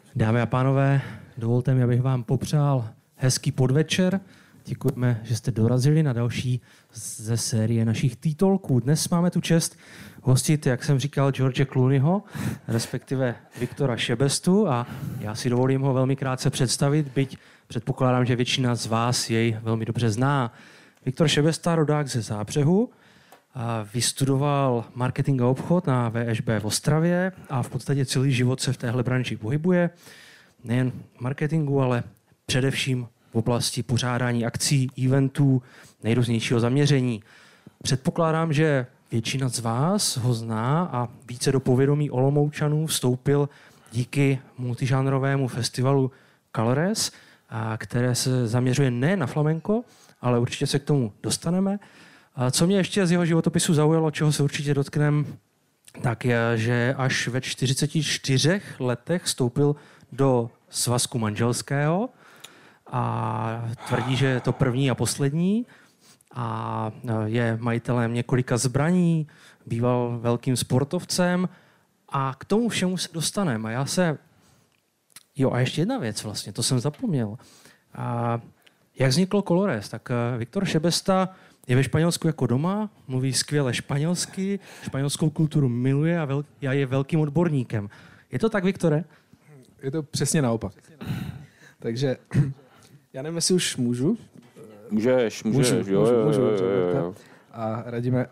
Dámy a pánové, dovolte mi, abych vám popřál hezký podvečer. Děkujeme, že jste dorazili na další ze série našich T-Talků. Dnes máme tu čest hostit, jak jsem říkal, George Clooneyho, respektive Viktora Šebestu, a já si dovolím ho velmi krátce představit, byť předpokládám, že většina z vás jej velmi dobře zná. Viktor Šebesta, rodák ze Zábřehu, vystudoval marketing a obchod na VŠB v Ostravě a v podstatě celý život se v téhle branži pohybuje. Nejen marketingu, ale především v oblasti pořádání akcí, eventů, nejrůznějšího zaměření. Předpokládám, že většina z vás ho zná a více do povědomí Olomoučanů vstoupil díky multižánrovému festivalu Colores, které se zaměřuje ne na flamenko, ale určitě se k tomu dostaneme. A co mě ještě z jeho životopisu zaujalo, čeho se určitě dotkneme, tak je, že až ve 44 letech vstoupil do svazku manželského a tvrdí, že je to první a poslední a je majitelem několika zbraní, býval velkým sportovcem a k tomu všemu se dostaneme. A ještě jedna věc vlastně, to jsem zapomněl. Jak vzniklo Colores? Tak Viktor Šebesta je ve Španělsku jako doma, mluví skvěle španělsky, španělskou kulturu miluje a je velkým odborníkem. Je to tak, Viktore? Je to přesně naopak. Takže já nevím, jestli už můžu. Můžeš. Jo. A radíme.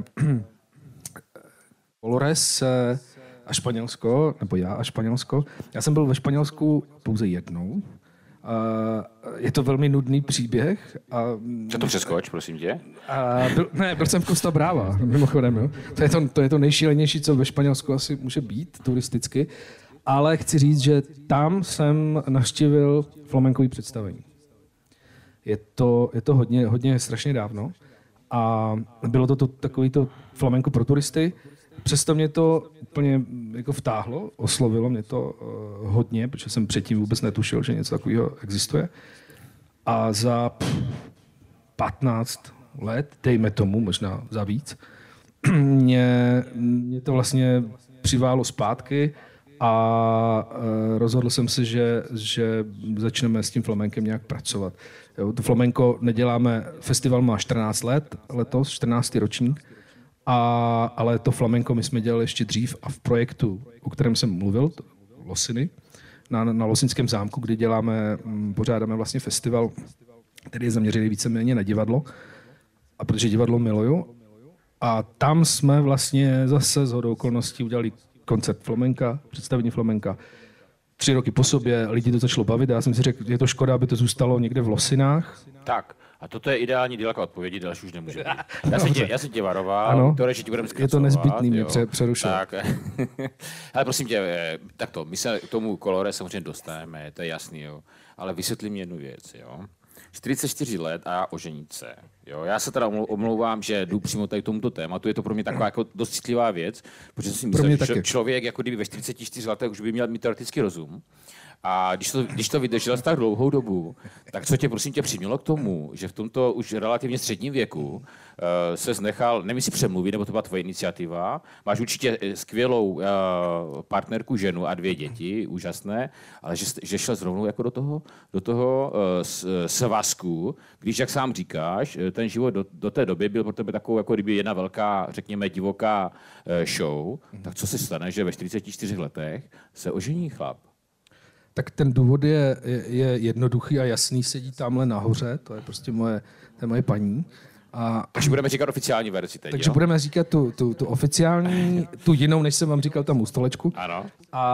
Colores a Španělsko, nebo já a Španělsko. Já jsem byl ve Španělsku pouze jednou. Je to velmi nudný příběh. Co to přeskoč, prosím tě? Byl jsem v Costa Brava, mimochodem. Jo. To je to nejšílenější, co ve Španělsku asi může být turisticky. Ale chci říct, že tam jsem navštívil flamenkový představení. Je to hodně strašně dávno. A bylo to takovýto flamenko pro turisty. Přesto mě to úplně jako vtáhlo, oslovilo mě to hodně, protože jsem předtím vůbec netušil, že něco takového existuje. A za 15 let, dejme tomu, možná za víc, mě to vlastně přiválo zpátky a rozhodl jsem se, že začneme s tím flamenkem nějak pracovat. Jo, to flamenko neděláme, festival má 14 let, letos 14. ročník, ale to flamenko my jsme dělali ještě dřív a v projektu, o kterém jsem mluvil, Losiny, na Losinském zámku, kdy pořádáme vlastně festival, který je zaměřený víceméně na divadlo, a protože divadlo miluju. A tam jsme vlastně zase shodou okolností udělali koncert flamenka, představení flamenka. 3 roky po sobě, lidi to začalo bavit a já jsem si řekl, je to škoda, aby to zůstalo někde v Losinách. Tak, a toto je ideální dílka odpovědi, další už nemůže být. Já jsem tě varoval, ano, že ti budeme zkracovat. je to nezbytný mě přerušit. Tak, ale prosím tě, takto, my se k tomu Colores samozřejmě dostaneme, to je jasný, jo. Ale vysvětli mi jednu věc, jo. 44 let a oženit se. Jo, já se teda omlouvám, že jdu přímo tady k tomuto tématu. Je to pro mě taková jako dost citlivá věc, protože si myslím, že člověk jako kdyby ve 44 letech už by měl mít teoretický rozum. A když to vydržel tak dlouhou dobu, tak co tě prosím tě přimělo k tomu, že v tomto už relativně středním věku se nechal, nevím si přemluvit, nebo to byla tvoje iniciativa, máš určitě skvělou partnerku, ženu a 2 děti, úžasné, ale že šel zrovna jako do toho svazku, když, jak sám říkáš, ten život do té doby byl pro tebe takovou, jako kdyby jedna velká, řekněme, divoká show, tak co se stane, že ve 44 letech se ožení chlap? Tak ten důvod je jednoduchý a jasný, sedí tamhle nahoře, to je prostě moje paní. Takže budeme říkat oficiální verzi teď, takže budeme říkat tu oficiální, tu jinou, než jsem vám říkal tam u stolečku. Ano.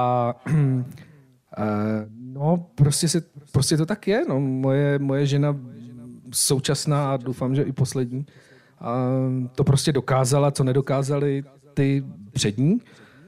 No, prostě to tak je. No. Moje žena současná a doufám, že i poslední, to prostě dokázala, co nedokázali ty přední.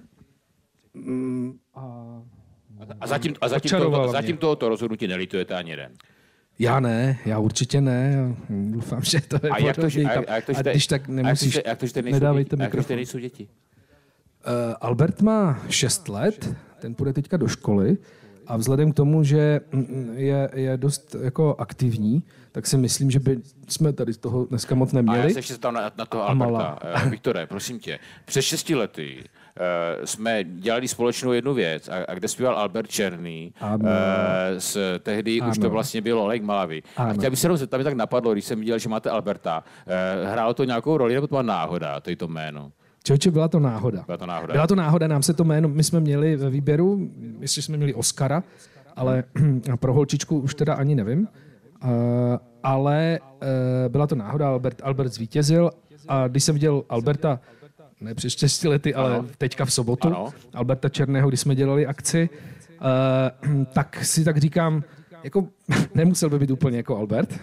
A zatím tohoto rozhodnutí nelitujete ani jeden. Já určitě ne. Doufám, že to je když tak nemusíš, nedávejte mikrofon. Jak nejsou děti? Albert má 6 let, ten půjde teďka do školy A vzhledem k tomu, že je dost jako aktivní, tak si myslím, že by jsme tady z toho dneska moc neměli. A já se ještě tam na toho Alberta. Viktore, prosím tě, před 6 lety jsme dělali společnou jednu věc, a kde zpíval Albert Černý, tehdy už to vlastně bylo Lake Malawi. A chtěl bych se zeptat, mě tak napadlo, když jsem viděl, že máte Alberta, hrálo to nějakou roli, nebo to byla náhoda, to jméno? Člověče, byla to náhoda. Byla to náhoda, nám se to jméno, my jsme měli ve výběru, myslím, že jsme měli Oscara, ale pro holčičku už teda ani nevím, ale byla to náhoda, Albert zvítězil a když jsem viděl Alberta, ne před 6 lety, ale teďka v sobotu, Alberta Černého, když jsme dělali akci, tak si tak říkám, jako nemusel by být úplně jako Albert,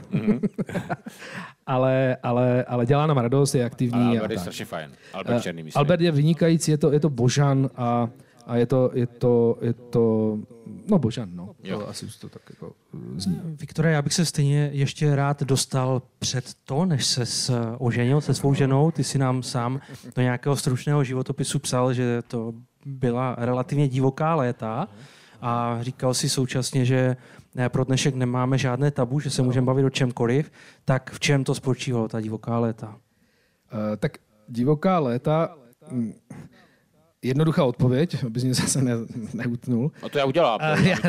ale dělá nám radost, je aktivní. A Albert je strašně fajn. Albert Černý, myslím. Albert je vynikající, je to božan a je to no božan, no. To asi to tak jako zní. Viktore, já bych se stejně ještě rád dostal před to, než ses oženil se svou ženou. Ty si nám sám do nějakého stručného životopisu psal, že to byla relativně divoká léta a říkal si současně, že pro dnešek nemáme žádné tabu, že se můžeme bavit o čemkoliv. Tak v čem to spočívalo, ta divoká léta? Tak divoká léta... Jednoduchá odpověď, abys mě zase neutnul. A to já udělám.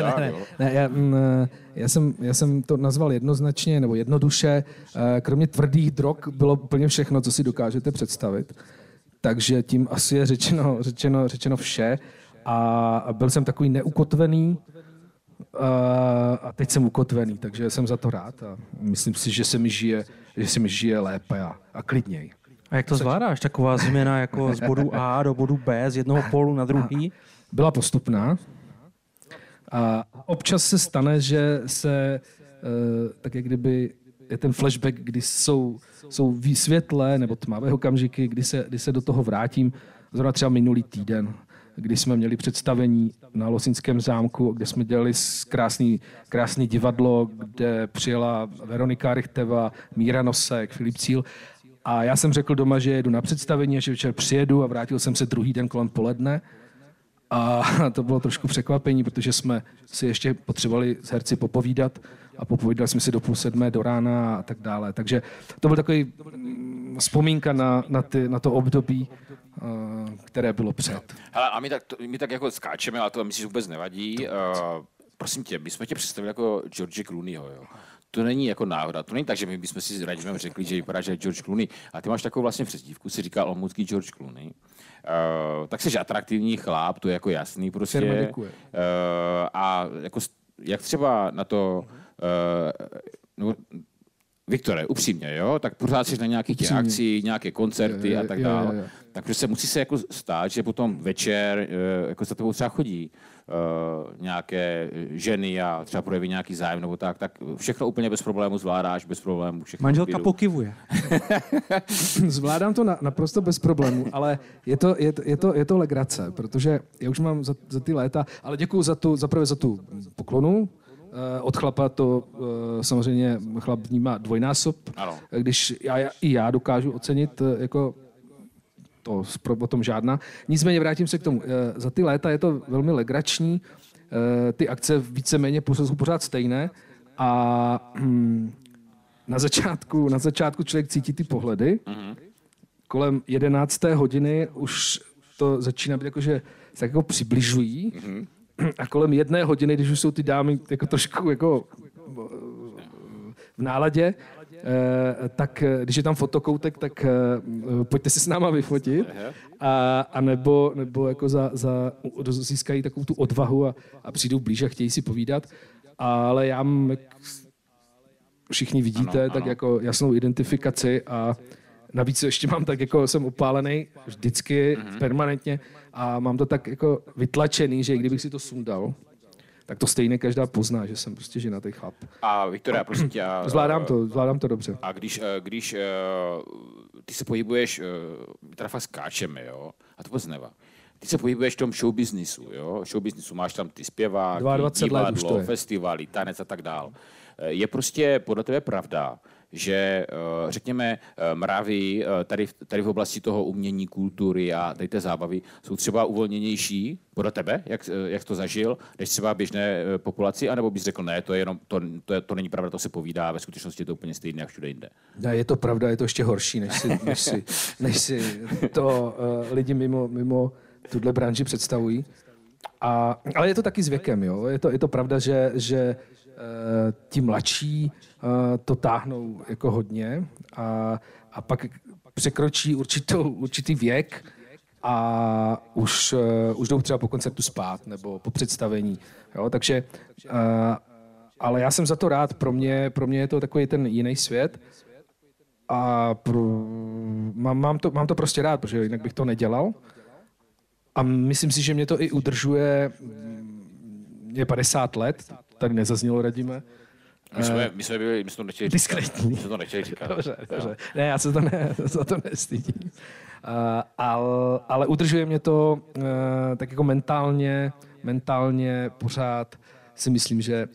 Já jsem to nazval jednoznačně nebo jednoduše. Kromě tvrdých drog bylo úplně všechno, co si dokážete představit. Takže tím asi je řečeno vše. A byl jsem takový neukotvený a teď jsem ukotvený, takže jsem za to rád a myslím si, že se mi žije lépe a klidněji. A jak to zvládáš, taková změna jako z bodu A do bodu B, z jednoho pólu na druhý? Byla postupná. A občas se stane, že se, tak jak kdyby je ten flashback, kdy jsou světlé nebo tmavé okamžiky, kdy se do toho vrátím. Zrovna třeba minulý týden, kdy jsme měli představení na Losinském zámku, kde jsme dělali krásný divadlo, kde přijela Veronika Richteva, Míra Nosek, Filip Cíl. A já jsem řekl doma, že jedu na představení a že večer přijedu a vrátil jsem se druhý den kolem poledne. A to bylo trošku překvapení, protože jsme si ještě potřebovali s herci popovídat a popovídali jsme si do 6:30 do rána a tak dále. Takže to byl takový vzpomínka na to období, které bylo před. Hele, a my tak jako skáčeme, ale to myslím, že vůbec nevadí. Prosím tě, my jsme tě představili jako George Clooneyho, jo. To není jako náhoda, to není tak, že my bychom si radíme řekli, že vypadá, že je George Clooney. A ty máš takovou vlastně přezdívku, si říkal olomoucký George Clooney. Tak jsi atraktivní chlap, to je jako jasný prostě. A jako, jak třeba na to... Viktore, upřímně, jo, tak pořád jsi na nějakých těch akcích, nějaké koncerty a tak dále. Takže se musí se jako stát, že potom večer jako za tebou třeba chodí nějaké ženy a třeba projeví nějaký zájem nebo tak všechno úplně bez problému zvládáš, bez problému. Manželka pokyvuje. Zvládám to naprosto bez problému, ale je to legrace, protože já už mám za ty léta, ale děkuju zaprvé za tu poklonu. Od chlapa to samozřejmě chlap vnímá dvojnásob, když já dokážu ocenit jako to o tom žádná. Nicméně vrátím se k tomu. Za ty léta je to velmi legrační, ty akce víceméně jsou pořád stejné a na začátku člověk cítí ty pohledy. Kolem 11. hodiny už to začíná být jako, že se jako přibližují. A kolem 1 hodiny, když už jsou ty dámy jako trošku jako v náladě, tak když je tam fotokoutek, tak pojďte si s náma vyfotit. A nebo jako získají takovou tu odvahu a přijdou blíž a chtějí si povídat. Ale já mám, jak všichni vidíte, tak jako jasnou identifikaci a navíc ještě mám tak, jako jsem opálený vždycky, permanentně a mám to tak jako vytlačený, že i kdybych si to sundal, tak to stejně každá pozná, že jsem prostě ženatý chlap. A Viktoria, prosím tě... Zvládám to dobře. A když ty se pohybuješ, teda fakt skáčeme, jo, a to vůbec neva. Ty se pohybuješ v tom showbiznisu, jo, showbiznisu máš tam ty zpěváky, divadlo, festivaly, tanec a tak dál. Je prostě podle tebe pravda, že řekněme mravy tady v oblasti toho umění, kultury a tady té zábavy jsou třeba uvolněnější podle tebe, jak to zažil, než třeba běžné populaci, anebo bys řekl, ne, to není pravda, to se povídá, ve skutečnosti je to úplně stejné jak všude jinde. Je to pravda, je to ještě horší, než si to lidi mimo tuhle branži představují. Ale je to taky s věkem, jo? Je to pravda, že ti mladší to táhnou jako hodně a pak překročí určitý věk a už jdou třeba po koncertu spát nebo po představení. Jo? Takže, ale já jsem za to rád, pro mě je to takový ten jiný svět a mám to prostě rád, protože jinak bych to nedělal. A myslím si, že mě to i udržuje, je 50 let, tady nezaznělo, Radime. My jsme to nechtěli diskrétní. My jsme to nechtěli říkat. Dobře. Ne, já se to nestydím. Ale udržuje mě to tak jako mentálně pořád si myslím, že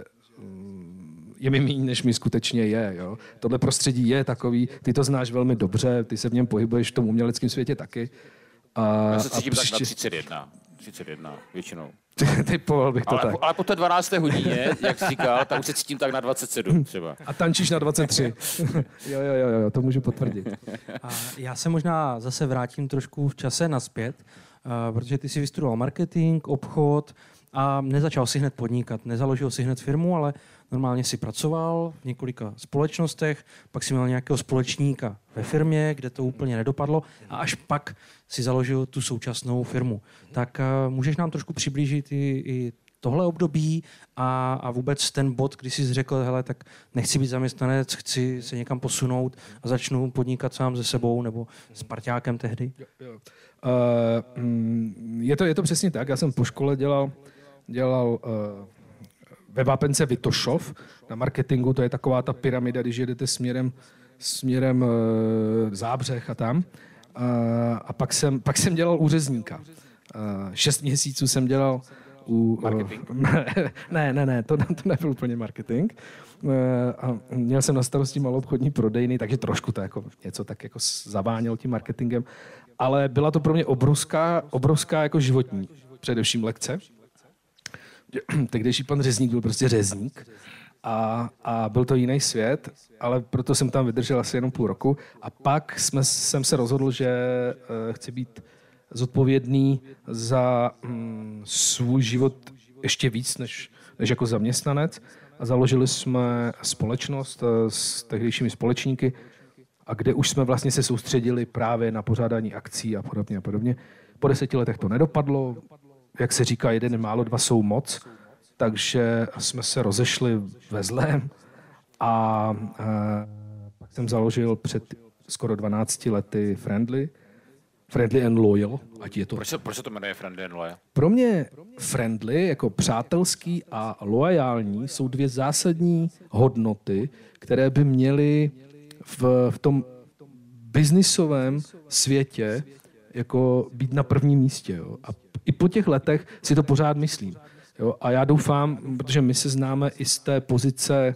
je mi méně, než mi skutečně je. Jo? Tohle prostředí je takový, ty to znáš velmi dobře, ty se v něm pohybuješ v tom uměleckém světě taky. Já se cítím tak na 31 většinou. Ty povolil bych to tak. Ale po té 12. hodině, jak jsi říkal, tak už se cítím tak na 27 třeba. A tančíš na 23. jo, to můžu potvrdit. A já se možná zase vrátím trošku v čase nazpět, protože ty jsi vystudoval marketing, obchod a nezačal si hned podnikat. Nezaložil si hned firmu, ale normálně si pracoval v několika společnostech, pak si měl nějakého společníka ve firmě, kde to úplně nedopadlo a až pak si založil tu současnou firmu. Tak můžeš nám trošku přiblížit i tohle období a vůbec ten bod, kdy jsi řekl, hele, tak nechci být zaměstnanec, chci se někam posunout a začnu podnikat sám se sebou nebo s parťákem tehdy? Jo. Je to přesně tak. Já jsem po škole dělal ve vápence Vitošov na marketingu, to je taková ta pyramida, když jedete směrem Zábřeh a tam. A pak jsem dělal úřezníka. 6 měsíců jsem dělal marketing? Ne, to nebyl úplně marketing. A měl jsem na starosti maloobchodní prodejny, takže trošku to jako něco tak jako zaváněl tím marketingem. Ale byla to pro mě obrovská jako životní, především lekce. Tehdejší pan řezník byl prostě řezník a byl to jiný svět, ale proto jsem tam vydržel asi jenom půl roku a pak jsem se rozhodl, že chci být zodpovědný za svůj život ještě víc než jako zaměstnanec a založili jsme společnost s tehdejšími společníky a kde už jsme vlastně se soustředili právě na pořádání akcí a podobně. Po 10 letech to nedopadlo, jak se říká, jeden je málo, dva jsou moc, takže jsme se rozešli ve zlém a pak jsem založil před skoro 12 lety Friendly and Loyal, ať je to... Proč se to jmenuje Friendly and Loyal? Pro mě friendly, jako přátelský a loajální, jsou dvě zásadní hodnoty, které by měly v tom biznisovém světě jako být na prvním místě. Jo? A i po těch letech si to pořád myslím. Jo? A já doufám, protože my se známe i z té pozice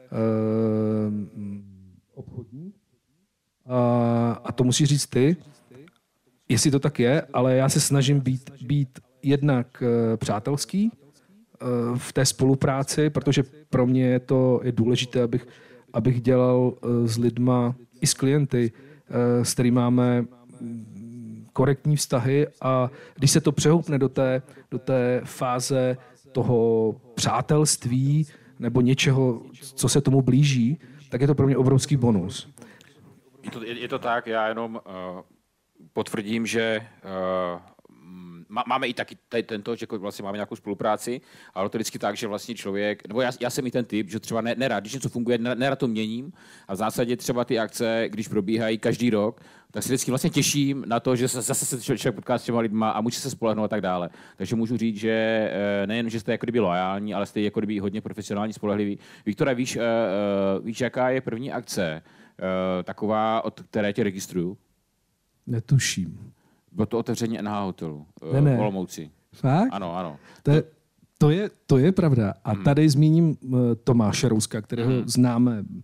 obchodní, a to musíš říct ty, jestli to tak je, ale já se snažím být jednak přátelský v té spolupráci, protože pro mě je důležité, abych dělal s lidma i s klienty, s kterými máme korektní vztahy a když se to přehoupne do té fáze toho přátelství nebo něčeho, co se tomu blíží, tak je to pro mě obrovský bonus. Je to tak, já jenom potvrdím, že máme i taky tento, že vlastně máme nějakou spolupráci, ale to vždycky tak, že vlastně člověk, nebo já jsem i ten typ, že třeba nerad, když něco funguje, nerad to měním a v zásadě třeba ty akce, když probíhají každý rok, tak se vždycky vlastně těším na to, že zase se člověk potká s těma lidma a může se spolehnout a tak dále. Takže můžu říct, že nejen, že jste jako kdyby loajální, ale jste jako kdyby hodně profesionální, spolehlivý. Viktore, víš, jaká je první akce, taková, od které tě registruju? Netuším. Bylo to otevření NH hotelu v Olomouci. Fakt? Ano. To je pravda. A tady zmíním Tomáše Rouska, kterého známe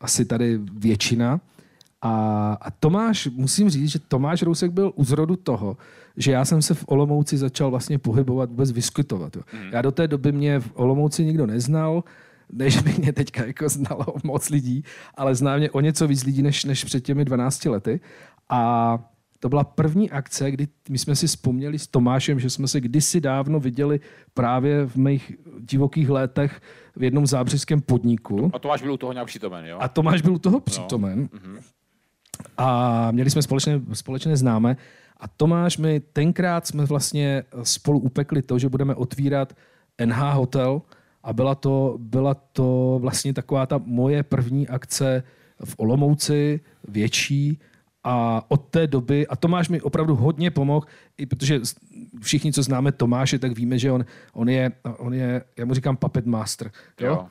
asi tady většina. A Tomáš, musím říct, že Tomáš Rousek byl u zrodu toho, že já jsem se v Olomouci začal vlastně pohybovat, vůbec vyskytovat. Jo. Já do té doby mě v Olomouci nikdo neznal, ne, že by mě teďka jako znalo moc lidí, ale zná mě o něco víc lidí než před těmi 12 lety. A to byla první akce, kdy my jsme si vzpomněli s Tomášem, že jsme se kdysi dávno viděli právě v mých divokých létech v jednom zábřeském podniku. A Tomáš byl u toho nějak přítomen, jo? A Tomáš byl u toho přítomen. No. A měli jsme společné známé. A Tomáš tenkrát jsme vlastně spolu upekli to, že budeme otvírat NH Hotel a byla to vlastně taková ta moje první akce v Olomouci, větší. A od té doby, a Tomáš mi opravdu hodně pomohl, i protože všichni, co známe Tomáše, tak víme, že on je, já mu říkám puppet master. Jo?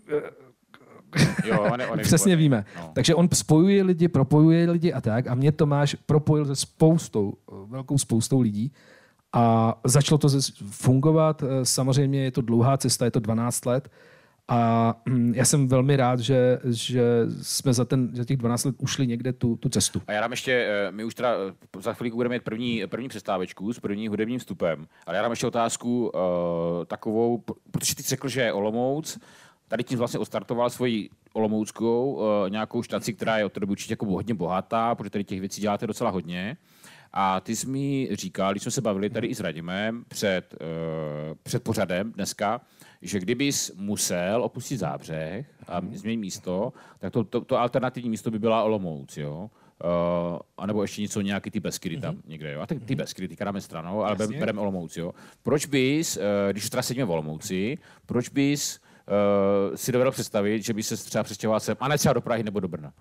Jo, on je přesně víme. No. Takže on spojuje lidi, propojuje lidi a tak. A mě Tomáš propojil se velkou spoustou lidí. A začalo to fungovat. Samozřejmě je to dlouhá cesta, je to 12 let. A já jsem velmi rád, že jsme za těch 12 let ušli někde tu cestu. A já dám ještě, my už teda za chvíli budeme mít první přestávečku s prvním hudebním vstupem, ale já dám ještě otázku takovou, protože ty jsi řekl, že Olomouc, tady tím vlastně odstartoval svoji olomouckou nějakou štaci, která je od té doby určitě jako hodně bohatá, protože tady těch věcí děláte docela hodně. A ty jsi mi říkal, když jsme se bavili tady i s Radimem před pořadem dneska, že kdybys musel opustit Zábřeh a změnit místo, tak to alternativní místo by byla Olomouc, jo? A nebo ještě něco, nějaký ty Beskydy tam někde, jo? A ty Beskydy, ty dáme stranou, ale bereme Olomouc, jo? Proč bys, když teda sedíme v Olomouci, proč bys si dovedl představit, že by se třeba přestěhoval sem, a ne třeba do Prahy nebo do Brna?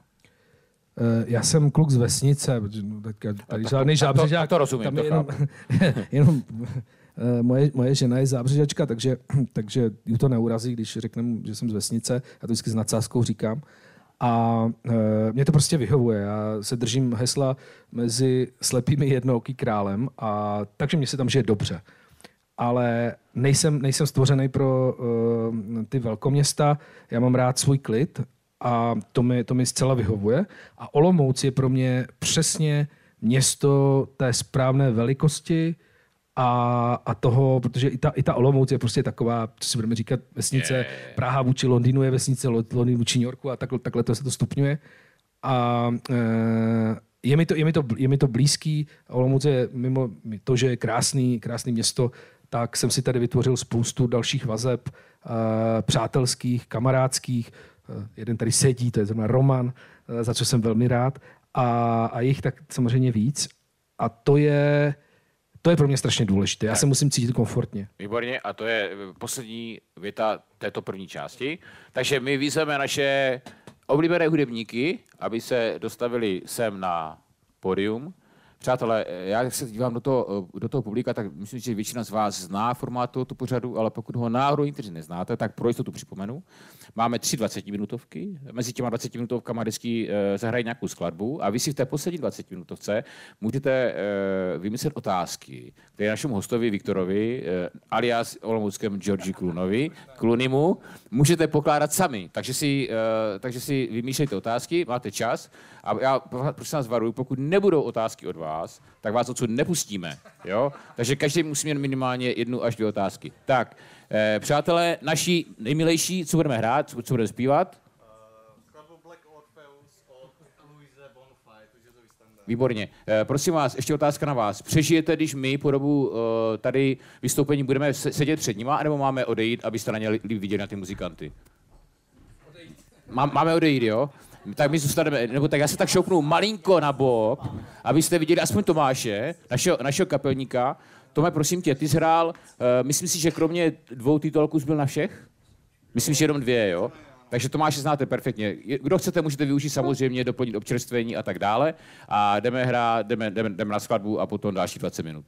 Já jsem kluk z vesnice, tady žádný Zábřežák. To rozumím, tam to jenom moje žena je Zábřežačka, takže ju to neurazí, když řeknu, že jsem z vesnice. Já to vždycky s nadsázkou říkám. A mě to prostě vyhovuje. Já se držím hesla mezi slepými jednooký králem, a takže mě se tam žije dobře. Ale nejsem stvořený pro ty velkoměsta. Já mám rád svůj klid a to mi zcela vyhovuje. A Olomouc je pro mě přesně město té správné velikosti a toho, protože i ta Olomouc je prostě taková, co si budeme říkat, vesnice Praha vůči Londýnu je vesnice, Londýn vůči New Yorku a takhle to se to stupňuje. A je mi to blízký. Olomouc je mimo to, že je krásný město, tak jsem si tady vytvořil spoustu dalších vazeb, přátelských, kamarádských. Jeden tady sedí, to je zrovna Roman, za co jsem velmi rád. A jich tak samozřejmě víc. A to je pro mě strašně důležité. Já se musím cítit komfortně. Výborně. A to je poslední věta této první části. Takže my vyzveme naše oblíbené hudebníky, aby se dostavili sem na pódium. Přátelé, já se dívám do toho publika, tak myslím, že většina z vás zná formát tohoto pořadu, ale pokud ho náhodou někteří neznáte, tak pro jistotu připomenu. Máme 3 20-minutovky, mezi těma 20-minutovkama vždycky zahrají nějakou skladbu a vy si v té poslední 20-minutovce můžete vymyslet otázky, které našemu hostovi Viktorovi, alias olomouckému Georgi Clooneymu, můžete pokládat sami. Takže si vymýšlejte otázky, máte čas a já prosím vás varuju, pokud nebudou otázky od vás, tak vás odsud nepustíme. Jo? Takže každý musí mít minimálně 1 až 2 otázky. Tak, přátelé, naši nejmilejší, co budeme hrát, co budeme zpívat? Skladbu Black Orpheus od Louise Bonfire, to je to standard. Výborně. Prosím vás, ještě otázka na vás. Přežijete, když my po dobu tady vystoupení budeme sedět před nima, anebo máme odejít, abyste na ně líp viděli na ty muzikanty? Máme odejít, jo? Tak my zůstaneme, nebo tak já se tak šoupnu malinko na bok, abyste viděli aspoň Tomáše, našeho kapelníka. Tome, prosím tě, ty jsi hrál, myslím si, že kromě 2 titulků jsi byl na všech? Myslím, že jenom 2, jo? Takže Tomáše znáte perfektně. Kdo chcete, můžete využít samozřejmě, doplnit občerstvení a tak dále. A jdeme na skladbu a potom další 20 minut.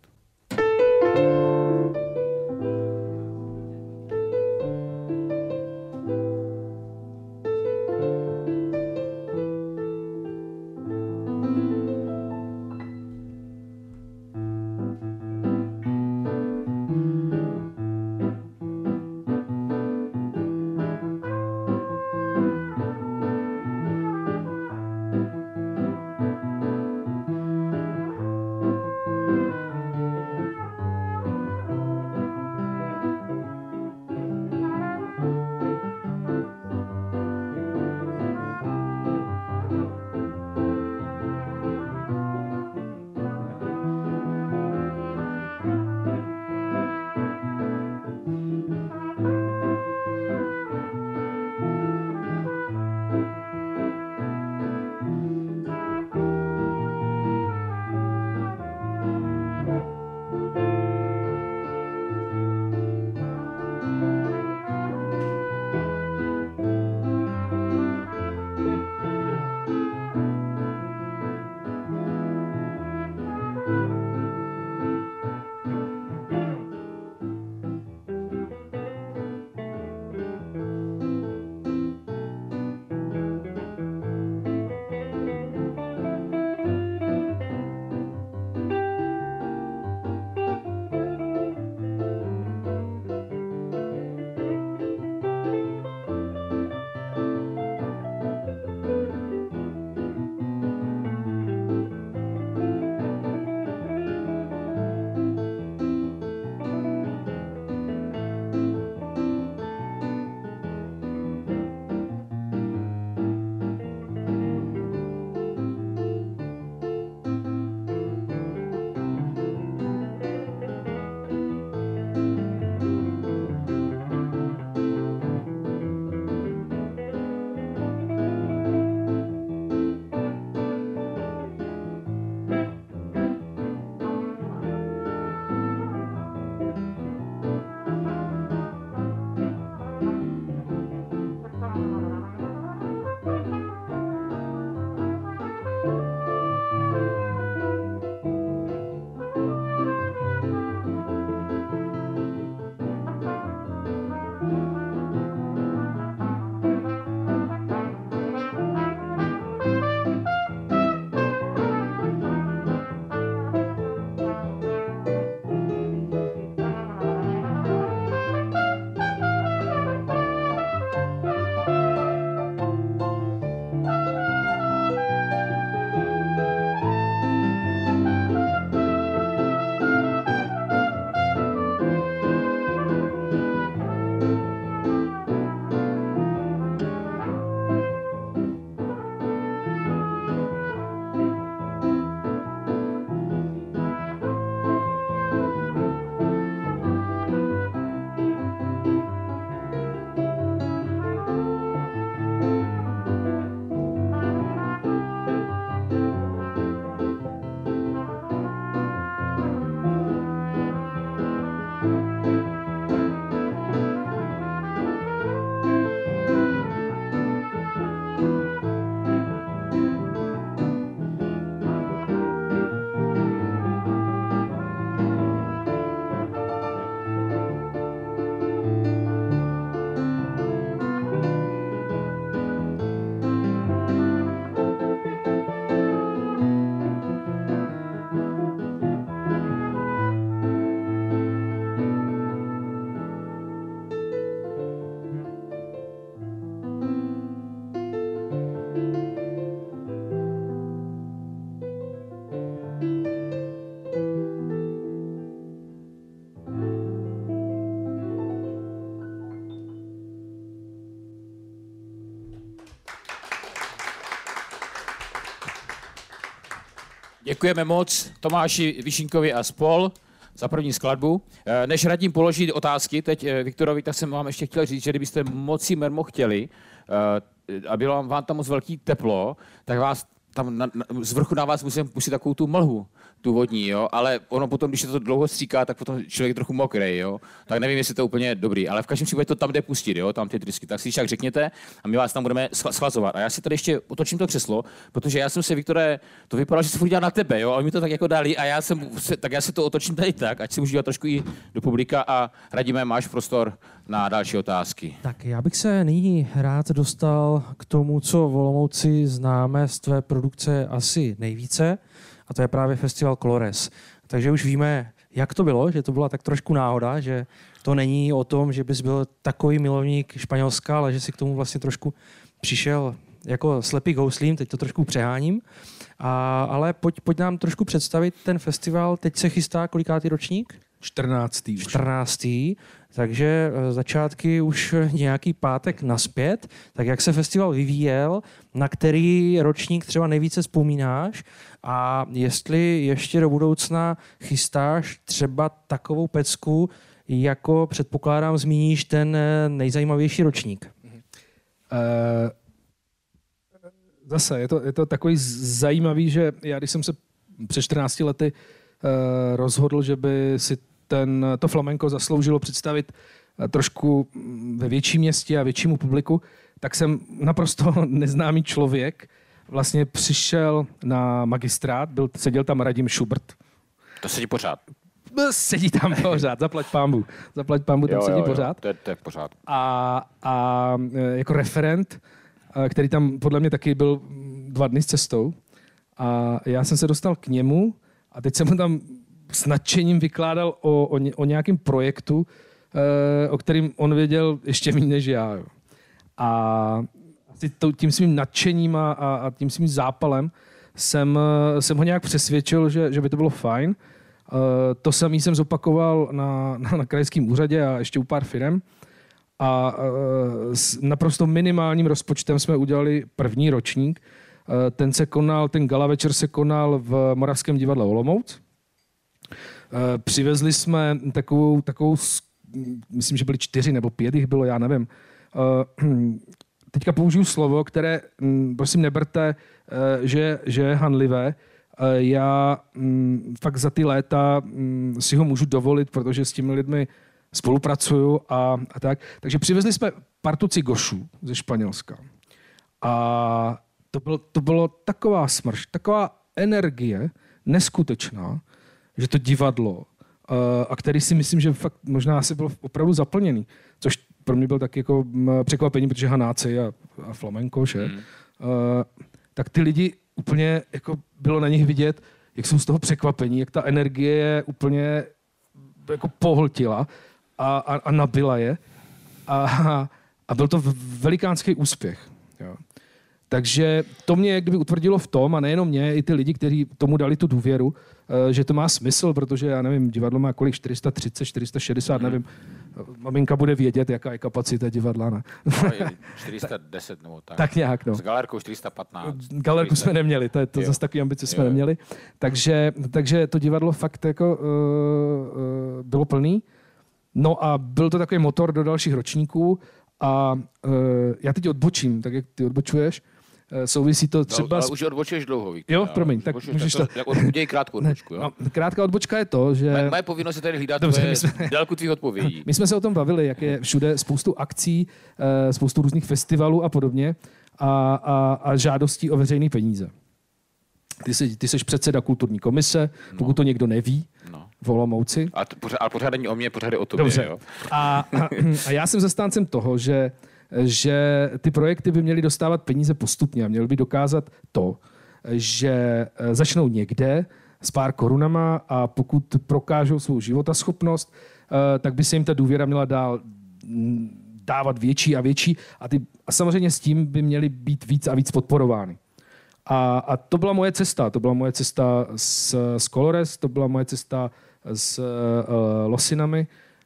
Děkujeme moc Tomáši Višínkovi a spol za první skladbu. Než Radim položí otázky teď Viktorovi, tak jsem vám ještě chtěl říct, že kdybyste moc mermo chtěli a bylo vám tam moc velký teplo, tak vás tam z vrchu na vás musím pustit takovou tu mlhu, tu vodní, jo, ale ono potom, když se to dlouho stříká, tak potom člověk je trochu mokrý, jo, tak nevím, jestli to je úplně dobrý, ale v každém případě to tam jde pustit, jo, tam ty trysky, tak si však řekněte a my vás tam budeme schlazovat. A já si tady ještě otočím to křeslo, protože já jsem se, Viktore, to vypadalo, že se furt dělá na tebe, jo, a oni mi to tak jako dali a já si to otočím tady tak, ať si můžu dělat trošku i do publika a Radíme, máš prostor na další otázky. Tak já bych se nyní rád dostal k tomu, co v Olomouci známe z tvé produkce asi nejvíce, a to je právě festival Colores. Takže už víme, jak to bylo, že to byla tak trošku náhoda, že to není o tom, že bys byl takový milovník Španělska, ale že si k tomu vlastně trošku přišel jako slepý houslím, teď to trošku přeháním. Ale pojď nám trošku představit ten festival. Teď se chystá kolikátý ročník? 14. 14. Takže začátky už nějaký pátek nazpět. Tak jak se festival vyvíjel, na který ročník třeba nejvíce vzpomínáš a jestli ještě do budoucna chystáš třeba takovou pecku, jako předpokládám zmíníš ten nejzajímavější ročník. Zase, je to takový zajímavý, že já když jsem se před 14 lety rozhodl, že by si to flamenko zasloužilo představit trošku ve větším městě a většímu publiku, tak jsem naprosto neznámý člověk vlastně přišel na magistrát, seděl tam Radim Schubert. To sedí pořád. Sedí tam pořád, zaplať pánbu. Zaplať pánbu, tam sedí pořád. To je pořád. A jako referent, který tam podle mě taky byl 2 dny s cestou. A já jsem se dostal k němu a teď jsem mu tam s nadšením vykládal o nějakém projektu, o kterým on věděl ještě méně než já. Jo. A tím svým nadšením a tím svým zápalem jsem ho nějak přesvědčil, že by to bylo fajn. To samý jsem zopakoval na krajském úřadě a ještě u pár firem. A s naprosto minimálním rozpočtem jsme udělali první ročník. Ten gala večer se konal v Moravském divadle Olomouc. Přivezli jsme takovou, myslím, že byly 4 nebo 5 jich bylo, já nevím. Teďka použiju slovo, které, prosím, neberte, že je hanlivé. Já fakt za ty léta si ho můžu dovolit, protože s těmi lidmi spolupracuju a tak. Takže přivezli jsme partu cigošů ze Španělska. A to bylo taková smršť, taková energie neskutečná, že to divadlo, a který si myslím, že fakt možná asi byl opravdu zaplněný, což pro mě byl taky jako překvapení, protože Hanáci a flamenko, že? Tak ty lidi úplně jako bylo na nich vidět, jak jsou z toho překvapení, jak ta energie úplně jako pohltila a nabila je. A byl to velikánský úspěch. Jo. Takže to mě kdyby utvrdilo v tom, a nejenom mě, i ty lidi, kteří tomu dali tu důvěru, že to má smysl, protože já nevím, divadlo má kolik, 430, 460, nevím. Maminka bude vědět, jaká je kapacita divadla. Ne? 410 nebo tak. Tak nějak, no. S galerkou 415. Galerku jsme neměli, to zase takový ambice jsme neměli. Takže to divadlo fakt jako bylo plný. No a byl to takový motor do dalších ročníků a já teď odbočím, tak jak ty odbočuješ. Souvisí to třeba... No, ale už odbočuješ dlouho, Viktor. Jo, promiň, tak můžeš to... Udělej krátkou odbočku, jo? No, krátká odbočka je to, že... Moje povinnost je tady hlídat délku tvých odpovědí. My jsme se o tom bavili, jak je všude spoustu akcí, spoustu různých festivalů a podobně a žádostí o veřejné peníze. Ty jsi předseda kulturní komise, pokud to někdo neví, v Olomouci. Ale pořád není o mě, pořád je o tobě. Dobře. Jo? A já jsem zastáncem toho, že ty projekty by měly dostávat peníze postupně a měly by dokázat to, že začnou někde s pár korunama a pokud prokážou svou životaschopnost, tak by se jim ta důvěra měla dávat větší a větší a samozřejmě s tím by měly být víc a víc podporovány. A to byla moje cesta. To byla moje cesta s Colores, to byla moje cesta s Losinami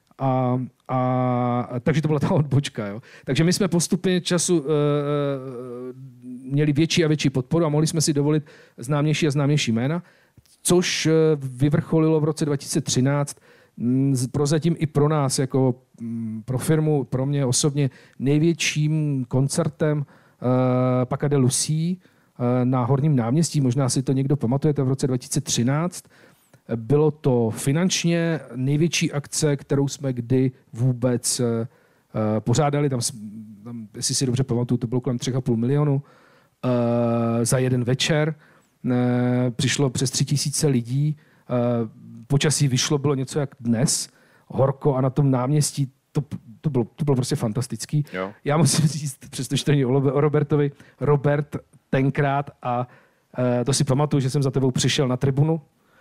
takže to byla ta odbočka. Jo. Takže my jsme postupně času měli větší a větší podporu a mohli jsme si dovolit známější a známější jména. což vyvrcholilo v roce 2013 prozatím i pro nás, jako pro firmu, pro mě osobně, největším koncertem Paca de Lucia na Horním náměstí. Možná si to někdo pamatujete, v roce 2013. Bylo to finančně největší akce, kterou jsme kdy vůbec pořádali. Tam, jestli si dobře pamatuju, to bylo kolem 3,5 milionu za jeden večer. Přišlo přes 3 000 lidí. Počasí vyšlo, bylo něco jak dnes, horko a na tom náměstí to bylo prostě fantastický. Jo. Já musím říct, přestože to není o Robertovi, Robert tenkrát a to si pamatuju, že jsem za tebou přišel na tribunu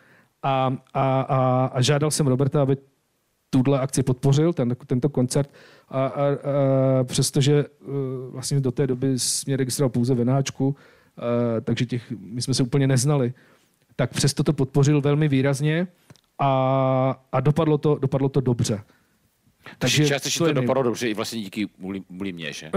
a žádal jsem Roberta, aby tuhle akci podpořil, tento koncert a přestože vlastně do té doby mě registroval pouze v Enáčku, takže my jsme se úplně neznali, tak přesto to podpořil velmi výrazně a dopadlo to dobře. Takže částečně to dopadlo dobře i vlastně díky muli mě, že?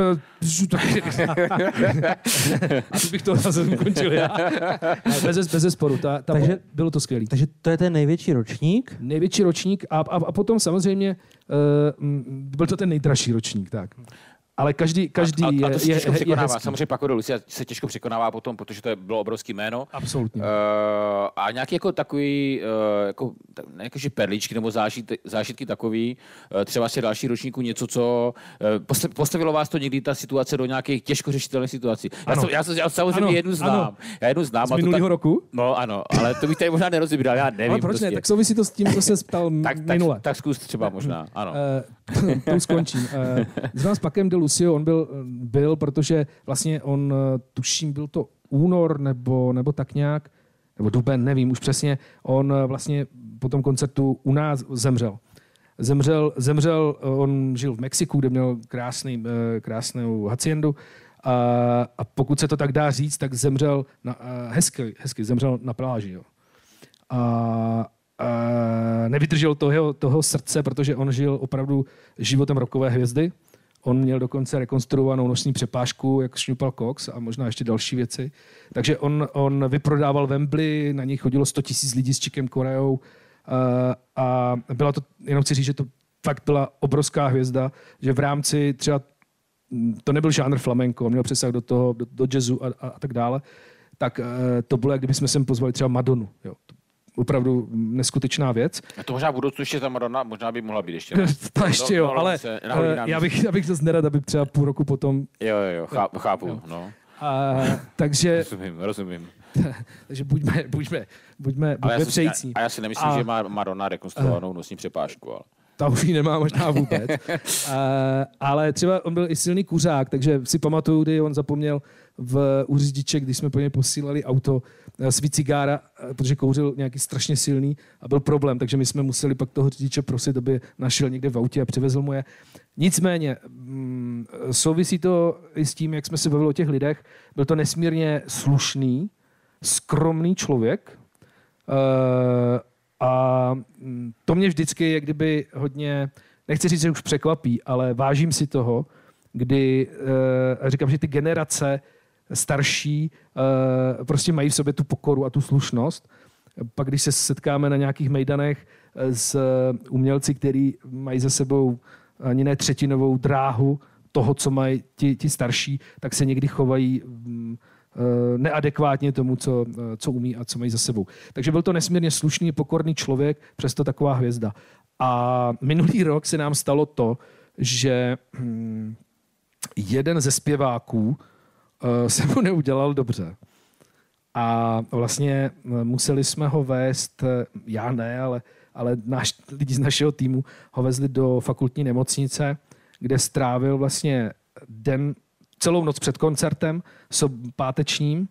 Asi bych to zase ukončil já. Bez sporu. Takže bylo to skvělé. Takže to je ten největší ročník? Největší ročník a potom samozřejmě byl to ten nejdražší ročník. Tak. Ale každý a to se těžko překonává. hezký. Samozřejmě Paco de Lucia se těžko překonává potom, protože to bylo obrovský jméno. Absolutně. A nějaký jako takový, ne jako že perličky nebo zážitky takový, třeba z další ročníku něco, co postavilo vás to někdy ta situace do nějakých těžko řešitelných situací. Já samozřejmě jednu znám. Já jednu znám. Z minulého roku? No ano, ale to bych tady možná nerozebíral, já nevím. Ale proč prostě. ne? Tak souvisí to s tím, co se ptal minule. Tak zkus třeba možná, ano. To skončím. S Pacem de Lucia on byl, protože vlastně on, tuším, byl to únor nebo tak nějak, nebo duben, nevím už přesně, on vlastně po tom koncertu u nás zemřel. Zemřel, on žil v Mexiku, kde měl krásnou haciendu a pokud se to tak dá říct, tak zemřel hezky zemřel na pláži. Jo. A nevydržel toho srdce, protože on žil opravdu životem rockové hvězdy. On měl dokonce rekonstruovanou nosní přepážku, jak šňupal Cox a možná ještě další věci. Takže on vyprodával Wembley, na něj chodilo 100 000 lidí s Chickem Coreou a byla to, jenom chci říct, že to fakt byla obrovská hvězda, že v rámci třeba, to nebyl žánr flamenco, on měl přesah do jazzu a tak dále, tak to bylo, jak kdybychom sem pozvali třeba Madonu. Jo. Opravdu neskutečná věc. A to možná v budoucnu ještě ta Madonna možná by mohla být ještě. To ještě jo, ale já bych zase nerad, aby třeba půl roku potom... Jo, chápu. No. Takže... Rozumím. Takže buďme přející. A já si nemyslím, že má Madonna rekonstruovanou nosní přepážku, ale... Ta už ji nemá možná vůbec. Ale třeba on byl i silný kuřák, takže si pamatuju, kdy on zapomněl u řidiče, když jsme po něj posílali auto, svít cigára, protože kouřil nějaký strašně silný a byl problém, takže my jsme museli pak toho řidiče prosit, aby našel někde v autě a přivezl mu je. Nicméně, souvisí to i s tím, jak jsme se bavili o těch lidech. Byl to nesmírně slušný, skromný člověk, a to mě vždycky je kdyby hodně, nechci říct, že už překvapí, ale vážím si toho, kdy říkám, že ty generace starší prostě mají v sobě tu pokoru a tu slušnost. Pak když se setkáme na nějakých mejdanech s umělci, kteří mají za sebou ani ne třetinovou dráhu toho, co mají ti starší, tak se někdy chovají neadekvátně tomu, co umí a co mají za sebou. Takže byl to nesmírně slušný, pokorný člověk, přesto taková hvězda. A minulý rok se nám stalo to, že jeden ze zpěváků se mu neudělal dobře. A vlastně museli jsme ho vést, já ne, ale lidi z našeho týmu ho vezli do fakultní nemocnice, kde strávil vlastně celou noc před koncertem, pátečním,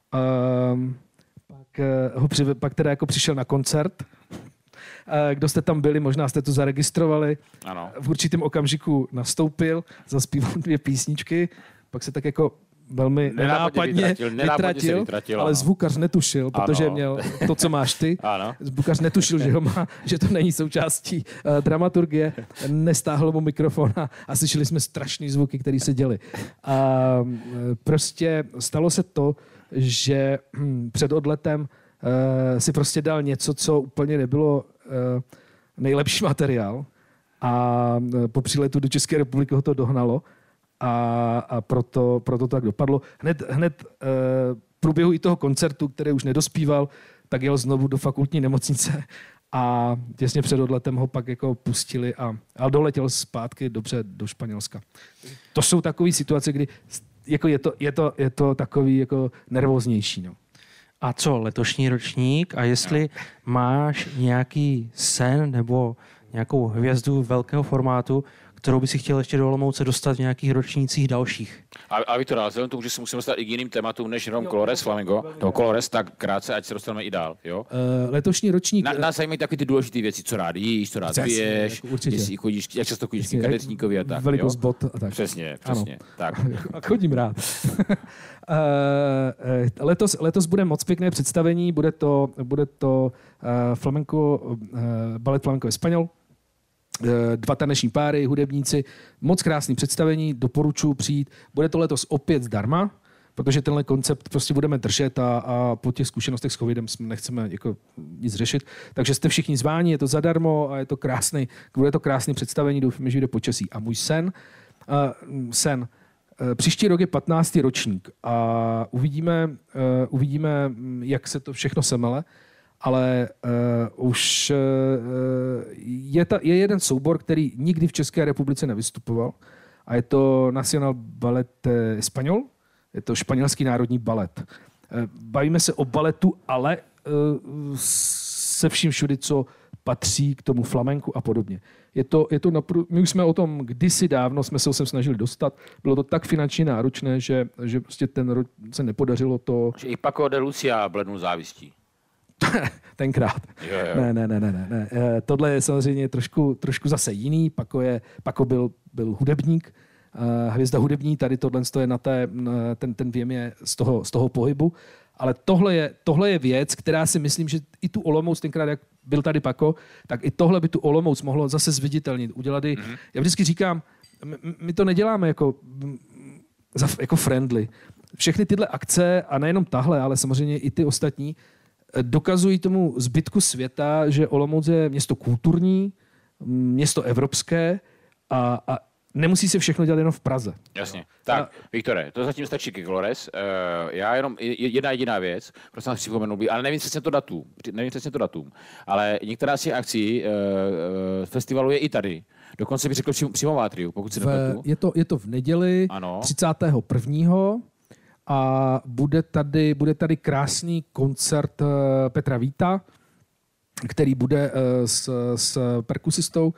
pak teda jako přišel na koncert. Kdo jste tam byli, možná jste to zaregistrovali. Ano. V určitém okamžiku nastoupil, zaspíval 2 písničky, pak se tak jako velmi nenápadně vytratil, ale zvukař netušil, protože měl to, co máš ty. Ano. Zvukař netušil, že ho má, že to není součástí dramaturgie, nestáhl mu mikrofon a slyšeli jsme strašný zvuky, které se děly. A prostě stalo se to, že před odletem si prostě dal něco, co úplně nebylo nejlepší materiál a po příletu do České republiky ho to dohnalo a proto to tak dopadlo. Hned v průběhu i toho koncertu, který už nedospíval, tak jel znovu do fakultní nemocnice a těsně před odletem ho pak jako pustili a doletěl zpátky dobře do Španělska. To jsou takové situace, kdy jako je to takový jako nervóznější. No. A co, letošní ročník? A jestli máš nějaký sen nebo nějakou hvězdu velkého formátu, kterou by si chtěl ještě do Olomouce dostat v nějakých ročnících dalších? A Viktor, vzhledem tomu, že se musíme dostat i k jiným tématům než jenom Colores Flamingo, nebo Colores, tak krátce, ať se dostaneme i dál. Jo? Letošní ročník... Nás zajímají taky ty důležité věci, co rád jíš, co rád piješ, jestli chodíš, jak často chodíš k kadetníkovi a tak. Velikost bot a tak. Přesně. Tak. A chodím rád. Letos bude moc pěkné představení, bude to flamenco, balet Flamenco Español, 2 taneční páry, hudebníci, moc krásný představení, doporučuji přijít. Bude to letos opět zdarma, protože tenhle koncept prostě budeme držet a po těch zkušenostech s covidem nechceme jako nic řešit. Takže jste všichni zváni, je to zadarmo a bude to krásný představení, doufám, že jde počasí. A můj sen, příští rok je 15. ročník a uvidíme, jak se to všechno semele, ale už je jeden soubor, který nikdy v České republice nevystupoval a je to Nacional Ballet Español, je to španělský národní balet. Bavíme se o baletu, ale se vším všudy, co patří k tomu flamenku a podobně. My už jsme o tom kdysi dávno, jsme se ho sem snažili dostat. Bylo to tak finančně náročné, že prostě ten rok se nepodařilo to... Že i Paco de Lucia blednul závistí. Tenkrát. Jo. Ne. Tohle je samozřejmě trošku zase jiný. Paco byl hudebník, hvězda hudební, tady tohle je ten věm je z toho pohybu. Ale tohle je věc, která si myslím, že i tu Olomouc, tenkrát, jak byl tady Paco, tak i tohle by tu Olomouc mohlo zase zviditelnit. Udělat i, já vždycky říkám, my to neděláme jako friendly. Všechny tyhle akce, a nejenom tahle, ale samozřejmě i ty ostatní, dokazují tomu zbytku světa, že Olomouc je město kulturní, město evropské a nemusí se všechno dělat jenom v Praze. Jasně. Tak, Viktore, to zatím stačí ke Colores. Já jenom jedna jediná věc, prostě nás připomenu, ale nevím přesně to datum, ale některá z těch akcí festivalu je i tady. Dokonce bych řekl přímo v Atriu, pokud si nepletu. Je to v neděli, ano. 31. A bude tady krásný koncert Petra Víta, který bude s perkusistou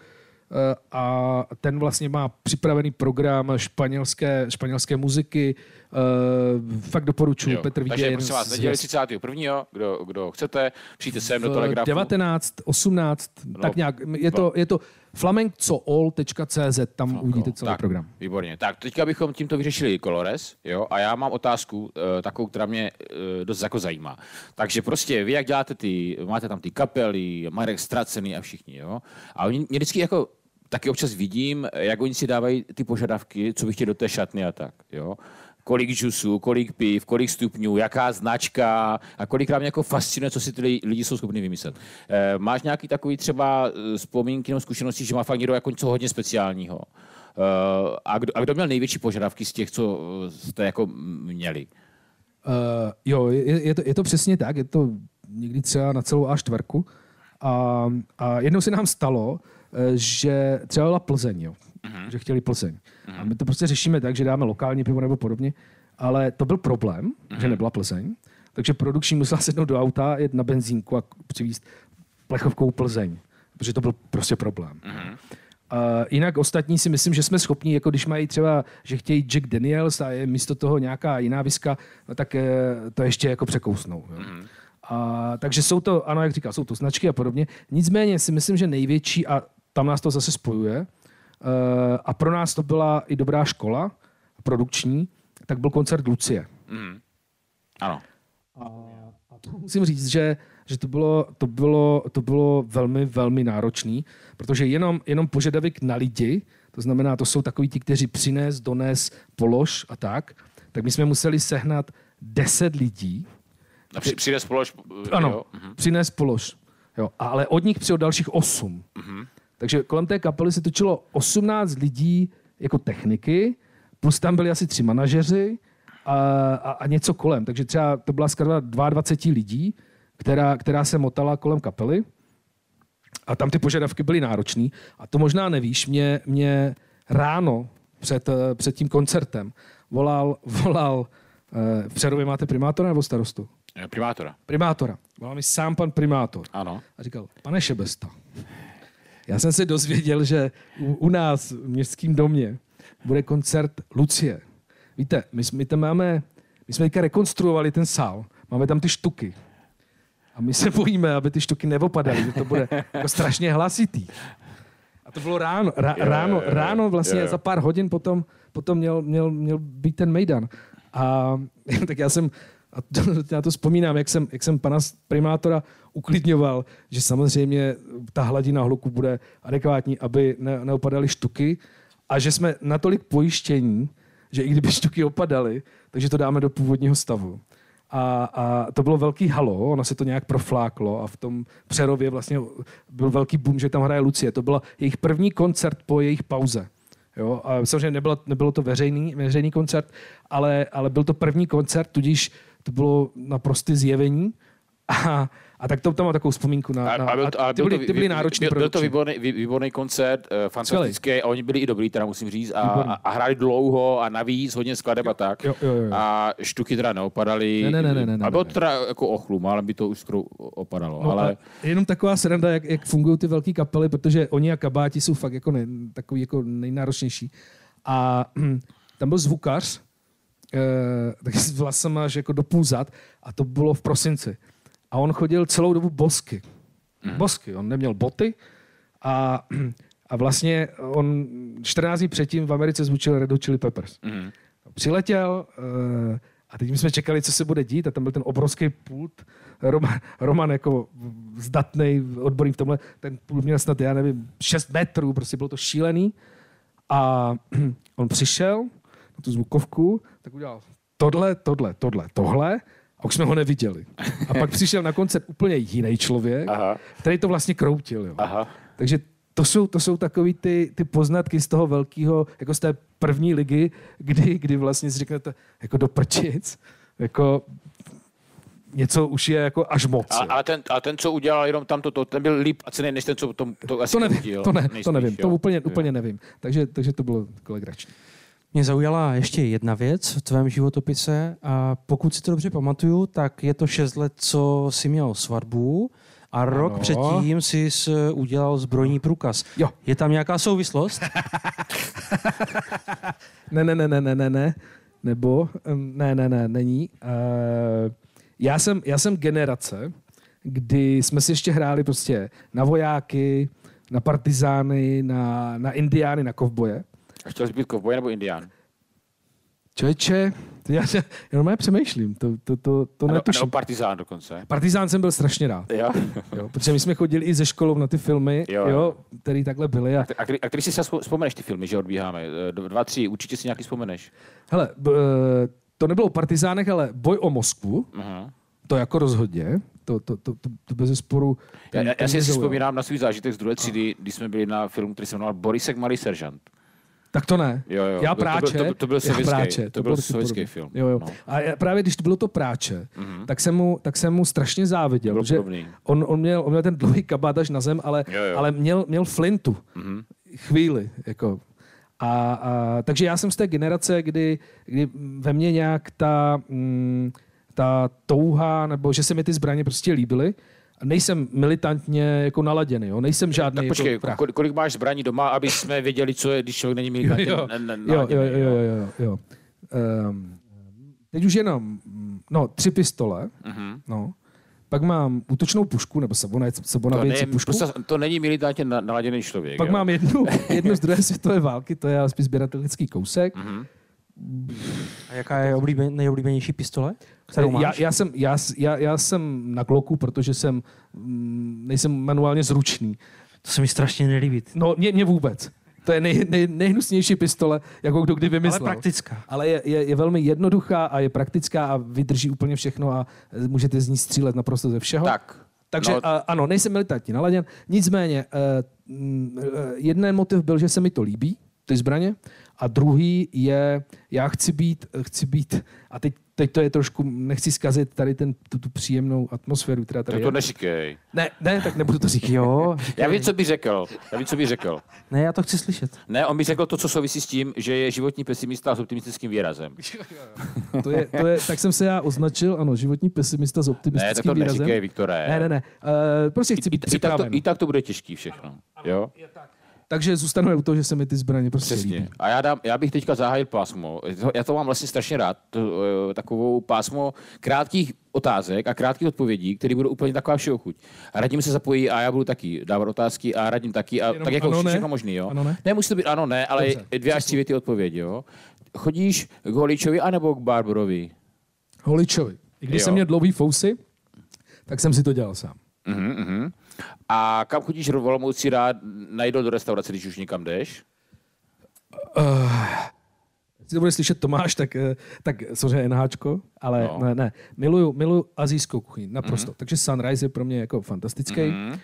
a ten vlastně má připravený program španělské muziky. Fakt doporučuji. Petr Vítě. Takže prosím vás, neděli 31. Kdo chcete, přijďte sem do Telegrafu. 19, 18, tak nějak. Je to flamencoall.cz, tam uvidíte celý program. Výborně. Tak, teďka bychom tímto vyřešili Colores, jo, a já mám otázku, takovou, která mě dost jako zajímá. Takže prostě vy, jak děláte máte tam ty kapely, Marek Ztracený a všichni, jo, a mě vždycky jako taky občas vidím, jak oni si dávají ty požadavky, co by chtěli do té šatny a tak, jo. Kolik džusů, kolik piv, kolik stupňů, jaká značka a kolikrát mě jako fascinuje, co si ty lidi jsou schopni vymyslet. Máš nějaký takový třeba vzpomínky nebo zkušenosti, že má fakt někdo jako něco hodně speciálního? A kdo měl největší požadavky z těch, co jste jako měli? Jo, je to přesně tak, je to někdy třeba na celou A4. A jednou se nám stalo, že třeba byla Plzeň, jo. Že chtěli Plzeň. A my to prostě řešíme tak, že dáme lokální pivo nebo podobně, ale to byl problém, že nebyla Plzeň, takže produkční musela sednout do auta, jet na benzínku a přivízt plechovkou Plzeň, protože to byl prostě problém. Jinak ostatní si myslím, že jsme schopni, jako když mají třeba, že chtějí Jack Daniels a je místo toho nějaká jiná viska, no tak to ještě jako překousnou. Jo. Takže jsou to, ano, jak říkal, jsou to značky a podobně. Nicméně si myslím, že největší, a tam nás to zase spojuje, a pro nás to byla i dobrá škola produkční, tak byl koncert Lucie. Ano. A to musím říct, že to bylo velmi, velmi náročný, protože jenom požadavek na lidi, to znamená, to jsou takoví ti, kteří přines, dones, polož a tak my jsme museli sehnat 10 lidí, A přines polož. Ano, jo? přines polož. Jo, ale od nich přijel dalších 8. Takže kolem té kapely se točilo 18 lidí jako techniky, plus tam byli asi 3 manažeři a něco kolem. Takže třeba to byla skladba 22 lidí, která se motala kolem kapely. A tam ty požadavky byly náročný. A to možná nevíš, mě ráno před tím koncertem volal v Přerově máte primátora nebo starostu? Primátora. Volal mi sám pan primátor. Ano. A říkal, pane Šebesto, já jsem se dozvěděl, že u nás v Městském domě bude koncert Lucie. Víte, my jsme teďka rekonstruovali ten sál, máme tam ty štuky. A my se bojíme, aby ty štuky neopadaly, že to bude jako strašně hlasitý. A to bylo ráno vlastně za pár hodin potom měl být ten mejdan. A tak já to vzpomínám, jak jsem pana primátora uklidňoval, že samozřejmě ta hladina hluku bude adekvátní, aby neopadaly štuky a že jsme natolik pojištění, že i kdyby štuky opadaly, takže to dáme do původního stavu. A to bylo velký halo, ono se to nějak profláklo a v tom Přerově vlastně byl velký boom, že tam hraje Lucie. To byl jejich první koncert po jejich pauze. Jo? A samozřejmě nebylo to veřejný koncert, ale byl to první koncert, tudíž to bylo naprosté zjevení. A tak to tam má takovou vzpomínku ty byly náročný byl to výborný koncert, fantastický a oni byli i dobrý, teda musím říct, a hráli dlouho a navíc hodně skladeb a tak. Jo. A štuky teda neopadaly. Ne. A bylo to teda jako ochlum, ale by to už skoro opadalo. No, ale jenom taková sranda, jak fungují ty velké kapely, protože oni a kabáti jsou fakt jako takový jako nejnáročnější. A tam byl zvukař, taky s vlasama až jako do půl zad, a to bylo v prosinci. A on chodil celou dobu bosky. Bosky, on neměl boty a vlastně on 14 dní předtím v Americe zvučil Red Hot Chili Peppers. Přiletěl a teď my jsme čekali, co se bude dít a tam byl ten obrovský pult. Roman jako zdatnej, odborný v tomhle, ten pult měl snad, já nevím, 6 metrů, prostě bylo to šílený. A on přišel na tu zvukovku, tak udělal tohle. A už jsme ho neviděli. A pak přišel na koncert úplně jiný člověk, který to vlastně kroutil. Jo. Takže to jsou takový ty poznatky z toho velkého, jako z té první ligy, kdy vlastně si řeknete jako do prčic, jako něco už je jako až moc. Ale ten, co udělal jenom tamto, ten byl líp a cený než ten, co to asi udělal. To nevím, to úplně nevím. Takže to bylo takové legrační. Mě zaujala ještě jedna věc v tvém životopise a pokud si to dobře pamatuju, tak je to 6 let, co jsi měl svatbu a rok předtím jsi udělal zbrojní průkaz. Jo. Je tam nějaká souvislost? Ne. Nebo ne, není. Já jsem generace, kdy jsme si ještě hráli prostě na vojáky, na partizány, na indiány, na kovboje. A chtěl jsi být kovboj nebo indián? Člověče, já normálně přemýšlím, to netuším. Nebo partizán dokonce. Partizán jsem byl strašně rád. Jo. Protože my jsme chodili i ze školou na ty filmy, které takhle byly. A když si vzpomeneš ty filmy, že odbíháme? 2, 3, určitě si nějaký vzpomeneš. Hele, to nebylo o partizánech, ale Boj o Moskvu. To jako rozhodně. To bez zesporu. Já si vzpomínám na svůj zážitek z 2. třídy, když jsme byli na filmu, který se jmenoval Borisek malý seržant. Tak to ne. Jo. Já Práče. To byl sovětský film. Jo. No. A právě když bylo to Práče, tak jsem mu strašně záviděl, že on měl ten dlouhý kabát až na zem, ale měl flintu. Chvíli. Jako. Takže já jsem z té generace, kdy ve mně nějak ta touha, nebo že se mi ty zbraně prostě líbily. Nejsem militantně jako naladěný, jo? Nejsem žádný. Tak počkej, jako kolik máš zbraní doma, aby jsme věděli, co je, když člověk není militantně naladěný? Jo. Teď už jenom 3 pistole, pak mám útočnou pušku, nebo sebonavějící pušku. To není militantně naladěný člověk. Pak mám jednu z druhé světové války, to je ale spíš sběratelský kousek. A jaká je nejoblíbenější pistole, kterou máš? Já jsem na Glocku, protože nejsem manuálně zručný. To se mi strašně nelíbí. No, mě vůbec. To je nejhnusnější pistole, jakou kdo kdy vymyslel. Ale praktická. Ale je velmi jednoduchá a je praktická a vydrží úplně všechno a můžete z ní střílet naprosto ze všeho. Takže ano, nejsem militantně naladěn. Nicméně, jeden motiv byl, že se mi to líbí, ty zbraně, a druhý je, já chci být a teď to je trošku, nechci zkazit tady tu příjemnou atmosféru, která tady tak to neříkej. Ne, tak nebudu to říkat. Jo. Já vím, co bych řekl. Ne, já to chci slyšet. Ne, on by řekl to, co souvisí s tím, že je životní pesimista s optimistickým výrazem. To je, tak jsem se já označil, ano, životní pesimista s optimistickým výrazem. Ne, tak to neříkej, Viktore. Ne. Prostě chci být připraven. I tak to bude těžký všechno. Jo? Takže zůstanu u toho, že se mi ty zbraně prostě líbí. A já bych teďka zahájil pásmo. Já to mám vlastně strašně rád. Takovou pásmo krátkých otázek a krátkých odpovědí, které budou úplně taková všeochuť. A Radim se zapojí a já budu taky dávat otázky a Radim taky. A tak jako všechno možný, jo? Ano, ne? Ne, musí to být ano, ne, ale dobře, 2 až 3 věty odpovědi, jo? Chodíš k Holičovi anebo k Barborovi? Holičovi. I když jsem měl dlouhý fousy, tak jsem si to dělal sám. A kam chodíš v Olomouci rád na jídlo do restaurace, když už někam jdeš? Jestli to bude slyšet Tomáš, tak samozřejmě NHčko, ale ne. Miluju asijskou kuchyni, naprosto. Takže Sunrise je pro mě jako fantastický.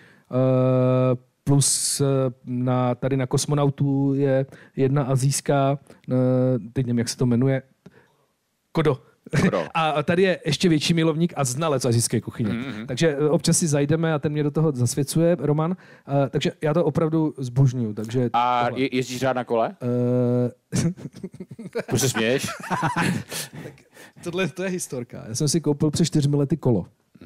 Plus tady na Kosmonautu je jedna asijská, teď nevím, jak se to jmenuje, Kodo. A tady je ještě větší milovník a znalec asijské kuchyně. Takže občas si zajdeme a ten mě do toho zasvěcuje, Roman. Takže já to opravdu zbožňuju. A jezdíš rád na kole? Proč se směješ? Tohle to je historka. Já jsem si koupil před 4 lety kolo.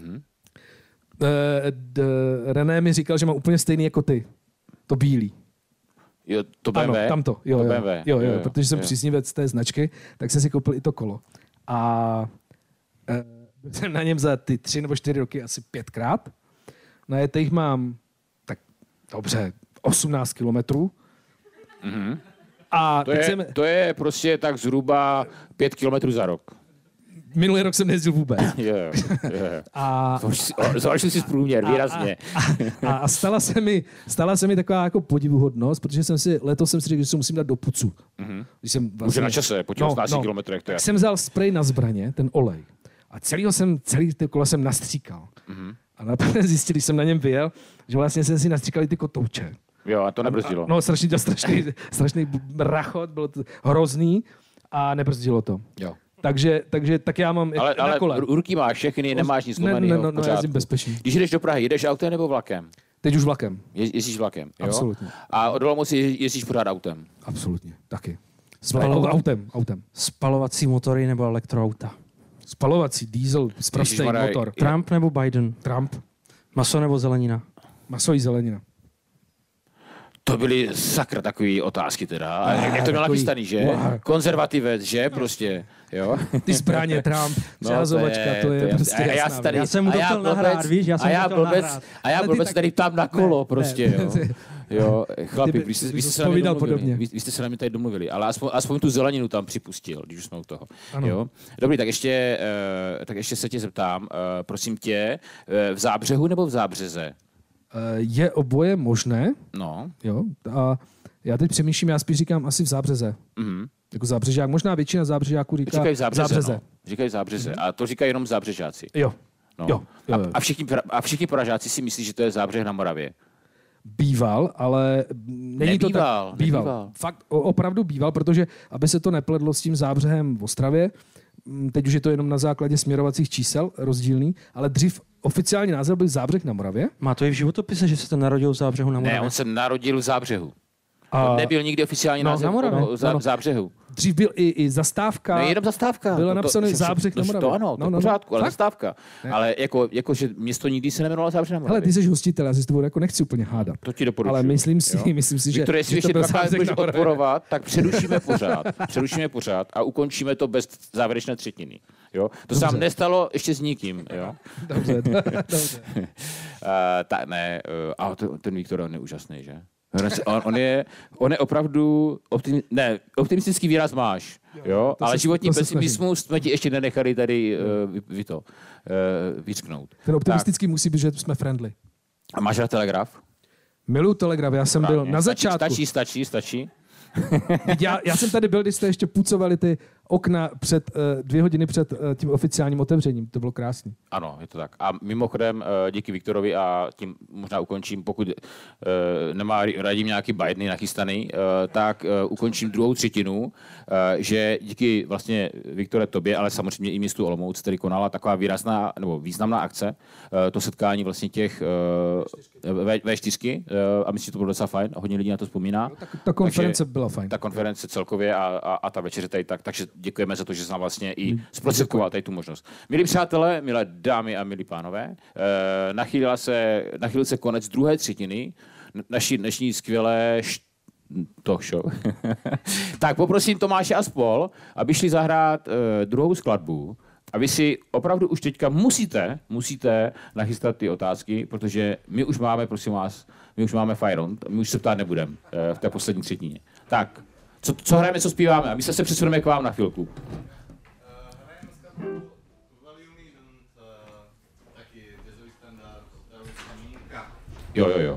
René mi říkal, že mám úplně stejný jako ty. To bílý. Jo, to BMW? Ano, tamto. Jo, protože jsem příznivec té značky, tak jsem si koupil i to kolo. A jsem na něm za ty 3 nebo 4 roky asi 5krát. Na jich mám tak dobře 18 kilometrů. A to je prostě tak zhruba 5 kilometrů za rok. Minulý rok jsem nejezdil vůbec. Zhoršil si průměr výrazně. A stala se mi taková jako podivuhodnost, protože letos jsem si řekl, že se musím dát do pucu. Když jsem vlastně, už je na čase, po těch 18 kilometrech. Tak jsem vzal sprej na zbraně, ten olej. A celý ty kola jsem nastříkal. A napadne zjistil, když jsem na něm vyjel, že vlastně jsem si nastříkal ty kotouče. Jo, a to nebrzdilo. No, strašný rachot, bylo to hrozný a nebrzdilo to. Jo. Takže tak já mám ale ruky máš všechny, nemáš nic zlomeného. No, já jsem bezpečný. Když jdeš do Prahy, jedeš autem nebo vlakem? Teď už vlakem. Jezdíš vlakem, jo? Absolutně. A od Olomouci jezdíš pořád autem? Absolutně, taky. Autem. Spalovací motory nebo elektroauta? Spalovací, diesel, sprostý motor. Trump nebo Biden? Trump. Maso nebo zelenina? Maso i zelenina. To byly sakra takové otázky teda. Jak to měl nachystaný, že? Konzervativec, že? Prostě, jo? Ty zbraně, Trump, přehazovačka, to je prostě jasná věc. Já jsem mu to chtěl nahrát, víš? A já blbec tady tam na kolo prostě, jo. Jo, chlapi, vy jste se na mě tady domluvili, ale aspoň tu zeleninu tam připustil, když už jsme u toho. Jo? Dobrý, tak ještě se tě zeptám, prosím tě, v Zábřehu nebo v Zábřeze? Je oboje možné. No. Jo, a já teď přemýšlím, já spíš říkám asi v Zábřeze. Jako Zábřežák, možná většina Zábřežáků říká Zábřeze. No. Říkají Zábřeze. A to říkají jenom Zábřežáci. Jo. No. Jo. A všichni Pražáci si myslí, že to je Zábřeh na Moravě. Býval, ale není to tak. Býval. Fakt opravdu býval, protože aby se to nepledlo s tím Zábřehem v Ostravě, teď už je to jenom na základě směrovacích čísel rozdílný, ale dřív oficiální název byl Zábřeh na Moravě. Má to i v životopise, že se to narodil v Zábřehu na Moravě? Ne, on se narodil v Zábřehu. On nebyl nikdy oficiální název v Zábřehu. Dřív byl i zastávka. Ne, jenom zastávka. Byla napsaný Zábřeh na Moravě. To ano, to v pořádku, ale zastávka. Ale jako, že město nikdy se nejmenovalo Zábřeh na Moravě. Hele, ty jsi hostitel, já si s tebou jako nechci úplně hádat. To ti doporučuji. Ale myslím si, že Viktor, jestli ještě dvakrát budeš odporovat, tak přerušíme pořád a ukončíme to bez závěrečné třetiny. Jo? To se nám nestalo ještě s nikým. Jo? Dobře. Ten Viktor je úžasný, že? On je opravdu optimistický výraz máš, jo? Ale životní pesimismus jsme ti ještě nenechali tady vyřknout. Ten optimistický musí být, že jsme friendly. A máš rád Telegraf? Miluji Telegraf, já jsem byl na začátku. Stačí. Já jsem tady byl, když jste ještě pucovali ty okna 2 hodiny před tím oficiálním otevřením. To bylo krásný. Ano, je to tak. A mimochodem díky Viktorovi a tím možná ukončím, pokud nemá Radim nějaký Bideny nachystaný, tak ukončím druhou třetinu, že díky vlastně Viktore tobě, ale samozřejmě i městu Olomouc, který konala taková výrazná nebo významná akce, to setkání vlastně těch V4, a myslím, že to bylo docela fajn, hodně lidí na to vzpomíná. No, ta konference byla fajn. Ta konference celkově a ta večeře tady takže děkujeme za to, že jsi nám vlastně i zprostředkoval tady tu možnost. Milí přátelé, milé dámy a milí pánové, nachýlil se konec druhé třetiny naší dnešní skvělé talk show. Tak poprosím Tomáše a spol, aby šli zahrát druhou skladbu. A vy si opravdu už teďka musíte nachystat ty otázky, protože my už máme, prosím vás, fire on, my už se ptát nebudeme v té poslední třetině. Tak, co hrajeme, co zpíváme? A my se přesuneme k vám na chvilku. Hrajeme skladbu Well You Needn't, taky jazzový standard, Darou Kamínka. Jo.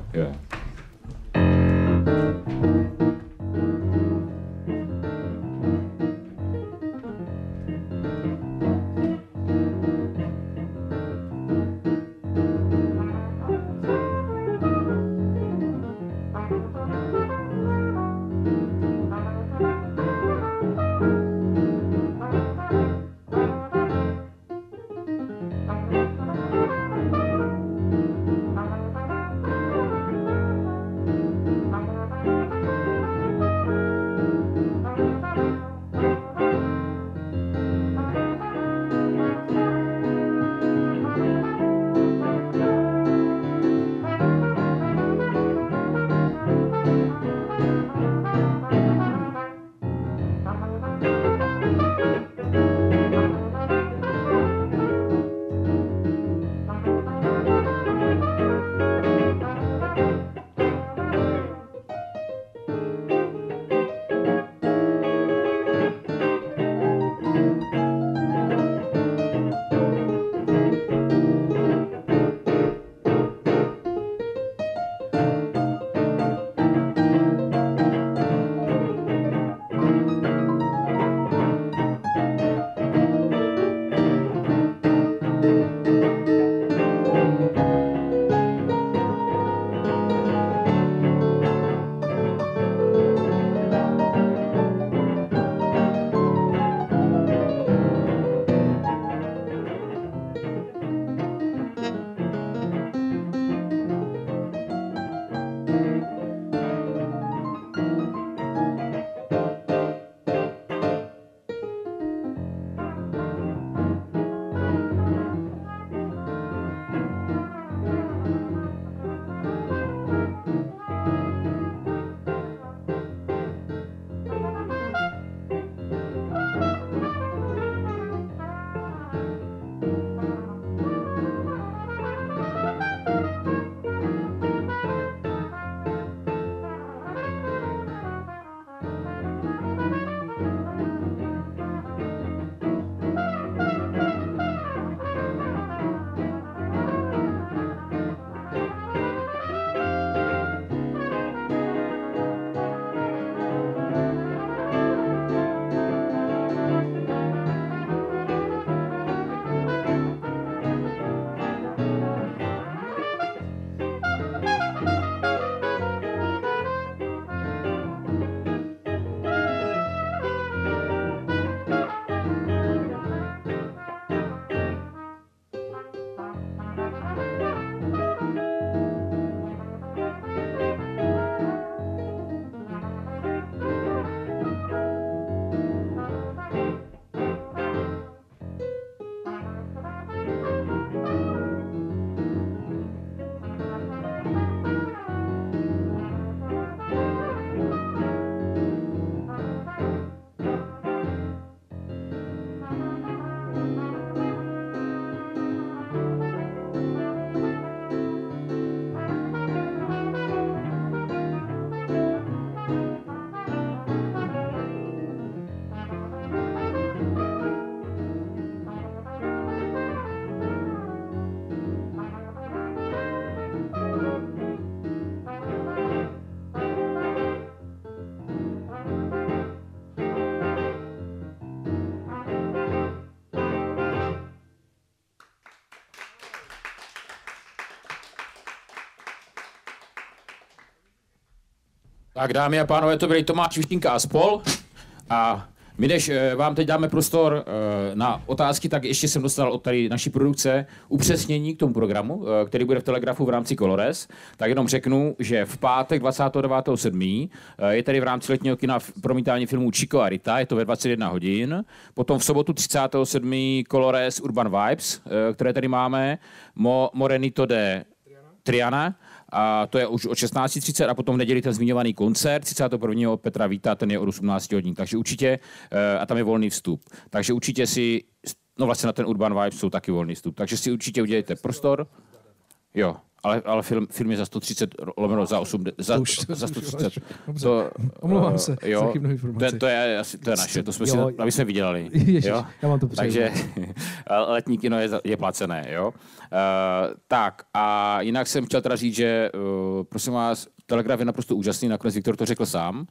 Tak dámy a pánové, to byli Tomáš Vištinka a spol. A my než vám teď dáme prostor na otázky, tak ještě jsem dostal od tady naší produkce upřesnění k tomu programu, který bude v Telegrafu v rámci Colores. Tak jenom řeknu, že v pátek 29.7. je tady v rámci letního kina promítání filmů Chico a Rita, je to ve 21 hodin. Potom v sobotu 37. Colores Urban Vibes, které tady máme. Morenito de Triana. A to je už o 16.30 a potom v neděli ten zmiňovaný koncert 31. Petra Víta, ten je od 18 hodin. Takže určitě, a tam je volný vstup. Takže určitě si, no vlastně na ten Urban Vibes jsou taky volný vstup. Takže si určitě udělejte prostor. Jo, ale film je za 130 lomeno za 8, za 130. Omlouvám se jo, za chybnou informaci. To je naše, to jsme si, aby jsme vydělali. Ježiš, jo? Já mám to přeji. Takže letní kino je placené, jo. Tak a jinak jsem chtěl teda říct, že prosím vás, Telegraf je naprosto úžasný, nakonec Viktor to řekl sám.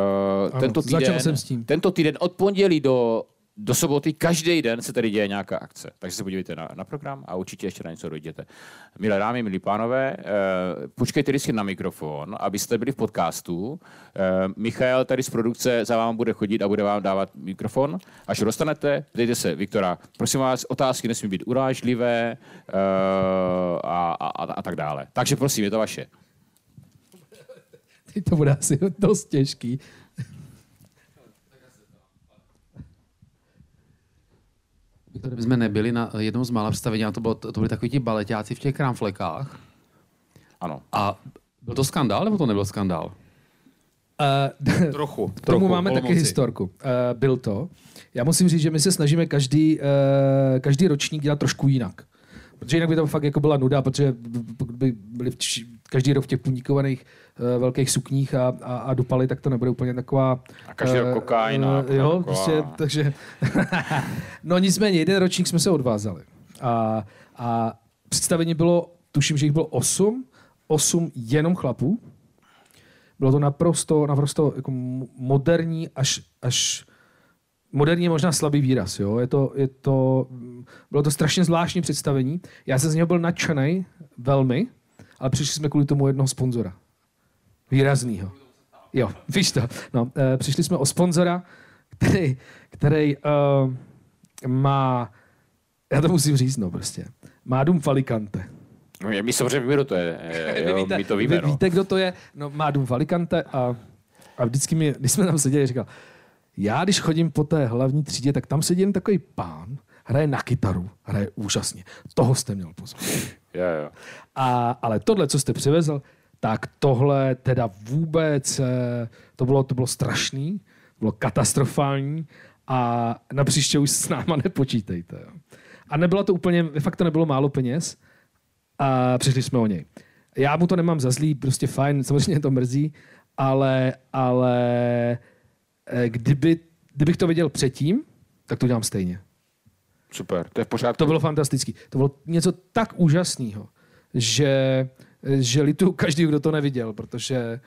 Tento týden od pondělí do soboty, každý den se tady děje nějaká akce. Takže se podívejte na program a určitě ještě na něco dojděte. Milé dámy, milí pánové, počkejte vždycky na mikrofon, abyste byli v podcastu. Michal tady z produkce za vámi bude chodit a bude vám dávat mikrofon. Až ho dostanete, ptejte se Viktora. Prosím vás, otázky nesmí být urážlivé a tak dále. Takže prosím, je to vaše. Teď to bude asi dost těžký. My jsme nebyli na jednom z mála představení, a to byli takoví ti baletáci v těch kramflekách. Ano. A byl to skandál, nebo to nebyl skandál? Trochu. K tomu máme taky historku. Byl to. Já musím říct, že my se snažíme každý ročník dělat trošku jinak. Protože jinak by to fakt jako byla nuda, protože by byli každý rok v těch puníkovaných velkých sukních a dupali, tak to nebude úplně taková... A každý rok kokain. Jo, prostě, takže... No nicméně, jeden ročník jsme se odvázali. A představení bylo, tuším, že jich bylo 8 jenom chlapů. Bylo to naprosto jako moderní, až moderní je možná slabý výraz. Jo? Bylo to strašně zvláštní představení. Já jsem z něho byl nadšenej velmi, ale přišli jsme kvůli tomu jednoho sponzora. Výraznýho. Jo, víš to. No, přišli jsme o sponzora, který má, já to musím říct, no prostě, má dům v Alicante. No, my samozřejmě víme, kdo to je. My to víme, vy víte, kdo to je? No, má dům v Alicante a vždycky když jsme tam seděli, říkal, já když chodím po té hlavní třídě, tak tam sedí jen takový pán, hraje na kytaru, hraje úžasně. Toho jste měl pozor. Jo. Ale tohle, co jste přivezl, tak tohle teda vůbec, to bylo strašný, bylo katastrofální a na příště už s náma nepočítejte. Jo. A nebylo to úplně, fakt to nebylo málo peněz a přišli jsme o něj. Já mu to nemám za zlý, prostě fajn, samozřejmě to mrzí, ale kdybych to viděl předtím, tak to dělám stejně. Super, to je v pořádku. To bylo fantastický. To bylo něco tak úžasného, že litu každý, kdo to neviděl, protože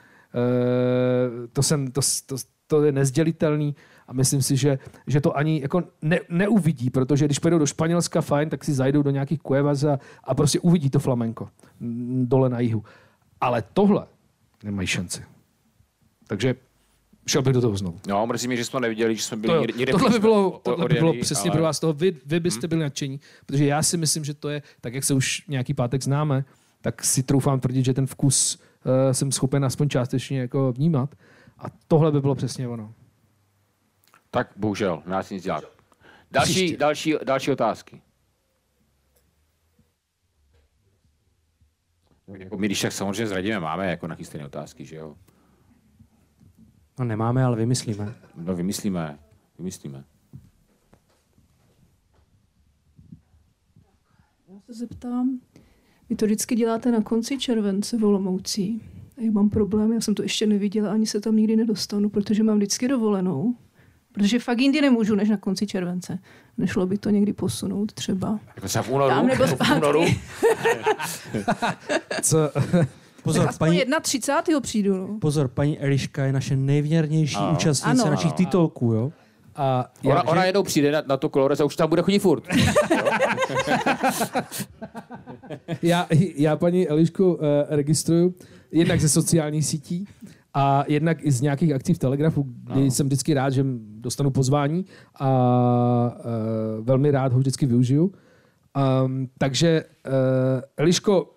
to je nezdělitelný a myslím si, že to ani jako neuvidí, protože když pojedou do Španělska, fajn, tak si zajdou do nějakých cuevas a prostě uvidí to flamenko dole na jihu. Ale tohle nemají šanci. Takže šel bych do toho znovu. No, mrzí mě, že jsme neviděli, že jsme byli někde. Tohle by bylo přesně pro vás toho. Vy byste byli nadšení, protože já si myslím, že to je, tak jak se už nějaký pátek známe, tak si troufám tvrdit, že ten vkus jsem schopen aspoň částečně jako vnímat. A tohle by bylo přesně ono. Tak bohužel, nás nic dělat. Další otázky. Jako my, když tak samozřejmě zradíme, máme jako nachystané otázky, že jo? No nemáme, ale vymyslíme. No vymyslíme. Já se zeptám, vy to vždycky děláte na konci července v Olomoucí. A já mám problém, já jsem to ještě neviděla, ani se tam nikdy nedostanu, protože mám vždycky dovolenou. Protože fakt jindy nemůžu, než na konci července. Nešlo by to někdy posunout třeba. Jako třeba v únoru? Tam nebo zpátky. Co? Pozor, aspoň 31. přijdu. No. Pozor, paní Eliška je naše nejvěrnější účastnice našich titulků, jo? A ona jednou přijde na to Colores a už tam bude chodit furt. já paní Elišku registruju jednak ze sociálních sítí a jednak i z nějakých akcí v Telegrafu, kdy jsem vždycky rád, že dostanu pozvání a velmi rád ho vždycky využiju. Takže Eliško,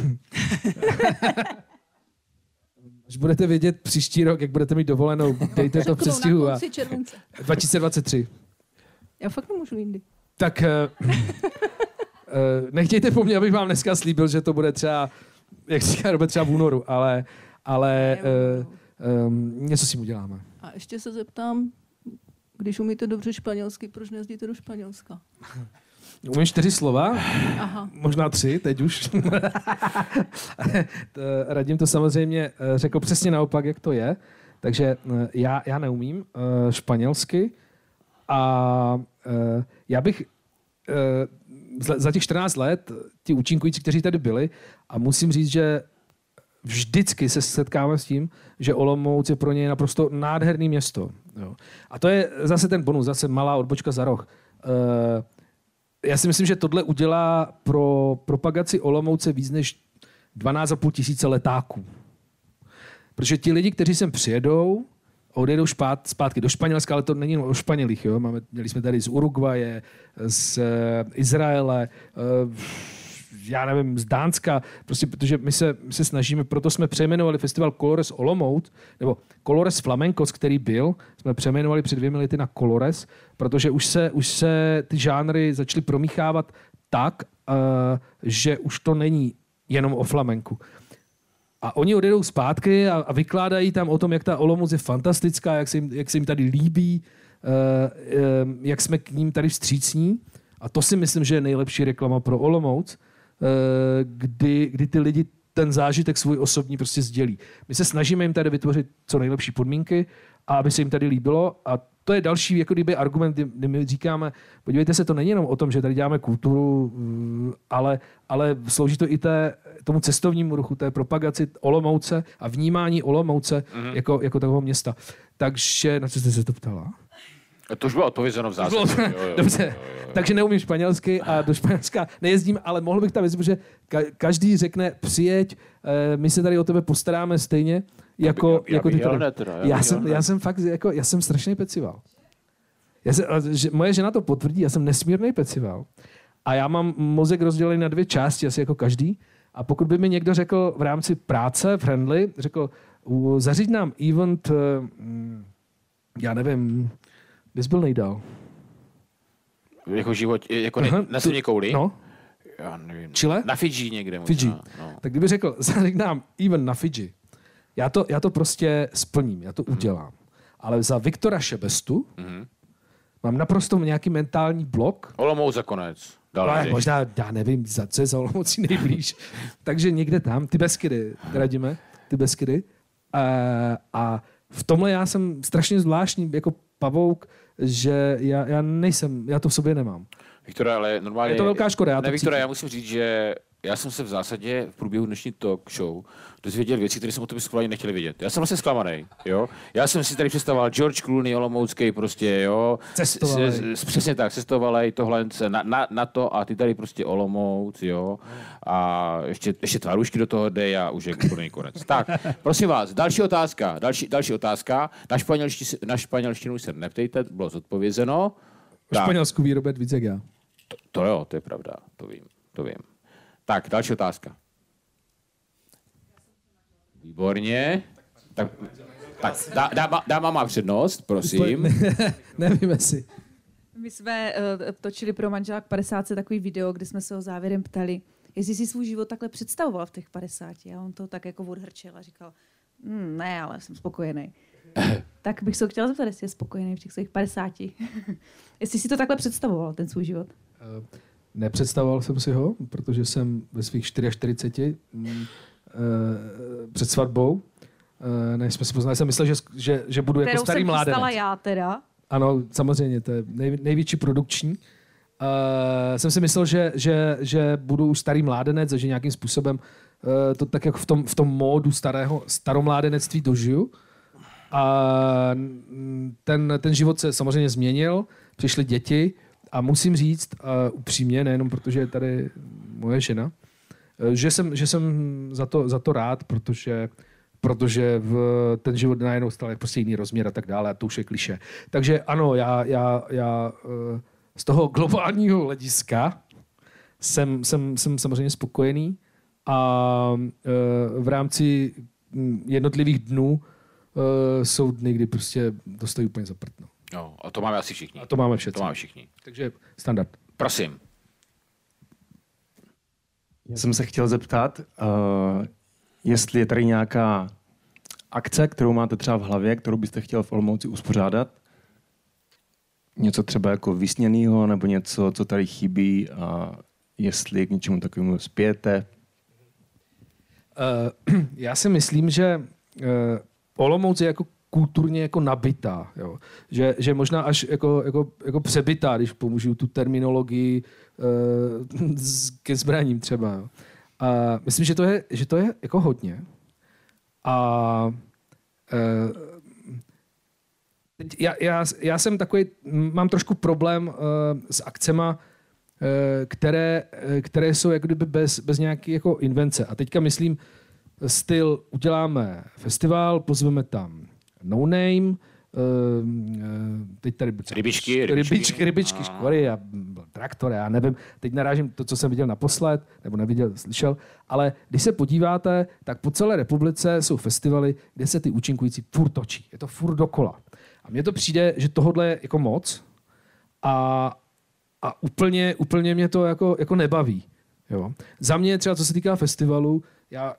až budete vědět příští rok, jak budete mít dovolenou, dejte to v předstihu. 2023. Já fakt nemůžu jindy. Tak nechtějte po mně, abych vám dneska slíbil, že to bude třeba, jak říká Robert, třeba v únoru, ale něco si uděláme. A ještě se zeptám, když umíte dobře španělsky, proč nejezdíte do Španělska? Umím 4 slova, Aha. možná 3, teď už. Radim to samozřejmě řekl přesně naopak, jak to je. Takže já neumím španělsky a já bych za těch 14 let ti účinkující, kteří tady byli, a musím říct, že vždycky se setkáme s tím, že Olomouc je pro něj naprosto nádherný město. Jo. A to je zase ten bonus, zase malá odbočka za roh. Já si myslím, že tohle udělá pro propagaci Olomouce víc než 12,5 tisíce letáků. Protože ti lidi, kteří sem přijedou, odejdou zpátky do Španělska, ale to není o Španělích. Jo? Měli jsme tady z Uruguaye, z Izraele, já nevím, z Dánska, prostě protože my se snažíme, proto jsme přejmenovali festival Colores Olomouc, nebo Colores Flamencos, který byl, jsme přejmenovali před 2 lety na Colores, protože už se ty žánry začaly promíchávat tak, že už to není jenom o flamenku. A oni odejdou zpátky a vykládají tam o tom, jak ta Olomouc je fantastická, jak se jim tady líbí, jak jsme k ním tady vstřícní. A to si myslím, že je nejlepší reklama pro Olomouc, kdy ty lidi ten zážitek svůj osobní prostě sdělí. My se snažíme jim tady vytvořit co nejlepší podmínky, a aby se jim tady líbilo. A to je další jako kdyby argument, kdy my říkáme, podívejte se, to není jenom o tom, že tady děláme kulturu, ale slouží to i tomu cestovnímu ruchu, té propagaci Olomouce a vnímání Olomouce jako takového města. Takže, na co jste se to ptala? To už bylo odpovězeno v zásadě. Dobře, takže neumím španělsky a do Španělska nejezdím, ale mohl bych tam jezdit, protože každý řekne přijeď, my se tady o tebe postaráme stejně, jako ty tady. Já jsem fakt, já jsem strašný pecival. Moje žena to potvrdí, já jsem nesmírný pecival. A já mám mozek rozdělený na 2 části, asi jako každý. A pokud by mi někdo řekl v rámci práce, friendly, řekl, zaříď nám event, já nevím, kde jsi byl nejdál? Jako život, jako na světě kouli? No. Já nevím. Chile? Na Fidži někde možná. Fidži. No. Tak kdyby řekl, zaříď nám even na Fidži, já to prostě splním, já to udělám. Ale za Viktora Šebestu mám naprosto nějaký mentální blok. Olomouc za konec. Možná, já nevím, co je za Olomoucí nejblíž. Takže někde tam, ty Beskydy, radíme, ty Beskydy. A v tomhle já jsem strašně zvláštní, jako pavouk, že já to v sobě nemám. Viktore, ale normálně... Je to velká škoda. Viktore, já musím říct, že já jsem se v zásadě v průběhu dnešní talk show dozvěděl věci, které jsem o tobě schválně nechtěl vědět. Já jsem vlastně zklamaný, jo. Já jsem si tady představoval George Clooney, Olomoucký prostě, jo. Přesně tak, cestovalej, tohle na to a ty tady prostě Olomouc, jo. A ještě tvarušky do toho dej a už je úplný konec. Tak, prosím vás, další otázka. Na španělštinu se neptejte, bylo zodpovězeno. V Španělsku ví Robert víc jak já. To jo, to je pravda, to vím. Tak, další otázka. Výborně. Tak dáma má přednost, prosím. Nevím, jestli. My jsme točili pro Manželák 50 takový video, kde jsme se ho závěrem ptali, jestli si svůj život takhle představoval v těch 50. A on to tak jako odhrčel a říkal, ne, ale jsem spokojený. Tak bych se ho chtěla zeptat, jestli je spokojený v těch svých 50. Jestli si to takhle představoval, ten svůj život. Nepředstavoval jsem si ho, protože jsem ve svých 44 před svatbou, než jsme se poznali, jsem myslel, že budu jako starý mládenec. Kterou jsem já teda. Ano, samozřejmě, to je největší produkční. Jsem si myslel, že budu už starý mládenec a že nějakým způsobem to tak jako v tom módu staromládenectví dožiju. A ten život se samozřejmě změnil, přišly děti a musím říct upřímně, nejenom protože je tady moje žena, že jsem za to rád, protože protože ten život najednou stal prostě jiný rozměr a tak dále a to už je klišé. Takže ano, já z toho globálního hlediska jsem samozřejmě spokojený a v rámci jednotlivých dnů jsou dny, kdy prostě to stojí úplně za prd. No, a to máme asi všichni. A to máme všichni. To máme všichni. Takže standard. Prosím. Já jsem se chtěl zeptat, jestli je tady nějaká akce, kterou máte třeba v hlavě, kterou byste chtěl v Olomouci uspořádat. Něco třeba jako vysněnýho, nebo něco, co tady chybí a jestli k něčemu takovému spějete. Já si myslím, že Olomouc je jako kulturně jako nabitá. Jo. Že možná až jako přebytá, když použiju tu terminologii ke zbraním třeba. Jo. A myslím, že to je jako hodně. A já jsem takový, mám trošku problém s akcema, které jsou jako kdyby bez nějaké jako invence. A teďka myslím styl, uděláme festival, pozveme tam No Name, teď tady rybičky, škvory a traktory, já nevím, teď narážím to, co jsem viděl naposled, nebo neviděl, slyšel, ale když se podíváte, tak po celé republice jsou festivaly, kde se ty účinkující furt točí. Je to furt dokola. A mně to přijde, že tohle je jako moc a úplně mě to jako nebaví. Jo. Za mě třeba, co se týká festivalu, já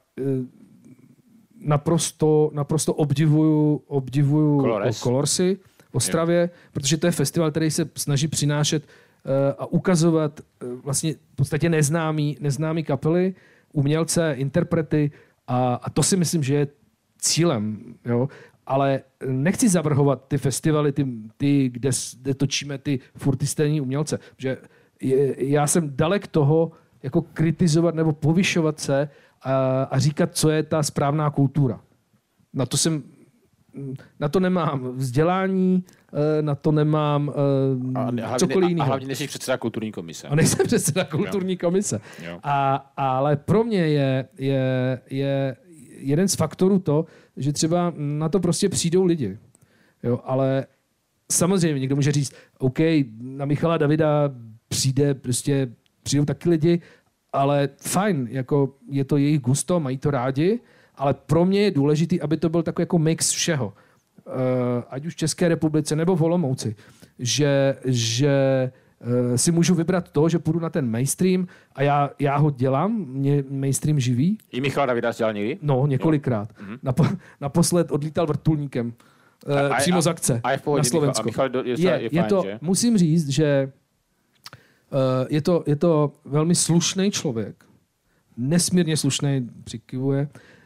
naprosto obdivuju Colorsy v Ostravě, protože to je festival, který se snaží přinášet a ukazovat vlastně v podstatě neznámý kapely, umělce, interprety a to si myslím, že je cílem. Jo? Ale nechci zavrhovat ty festivaly, ty kde točíme ty furt stejný umělce. Že já jsem dalek toho jako kritizovat nebo povyšovat se a říkat, co je ta správná kultura. Na to nemám vzdělání, na to nemám cokoliv jiného. A hlavně nejsi předseda kulturní komise. A nejsem předseda kulturní komise. Ale pro mě je jeden z faktorů to, že třeba na to prostě přijdou lidi. Jo, ale samozřejmě někdo může říct, OK, na Michala Davida přijdou taky lidi, ale fajn, jako je to jejich gusto, mají to rádi, ale pro mě je důležité, aby to byl takový jako mix všeho. Ať už v České republice nebo v Olomouci. Že si můžu vybrat to, že půjdu na ten mainstream a já ho dělám, mě mainstream živí. I Michala Davida dělal někdy? No, několikrát. Naposled odlítal vrtulníkem. Přímo z akce na Slovensko. Je to, musím říct, že je to velmi slušný člověk. Nesmírně slušný, přikivuje.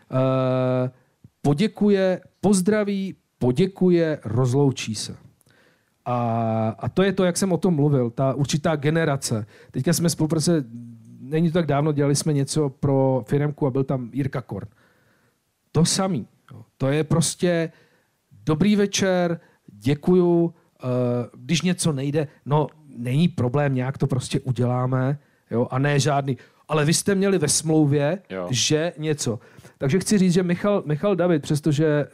Pozdraví, poděkuje, rozloučí se. A to je to, jak jsem o tom mluvil, ta určitá generace. Teďka jsme spolupracovali, není to tak dávno, dělali jsme něco pro firemku a byl tam Jirka Korn. To samý. To je prostě dobrý večer, děkuju, když něco nejde, no není problém, nějak to prostě uděláme, jo, a ne žádný, ale vy jste měli ve smlouvě, že něco. Takže chci říct, že Michal David, přestože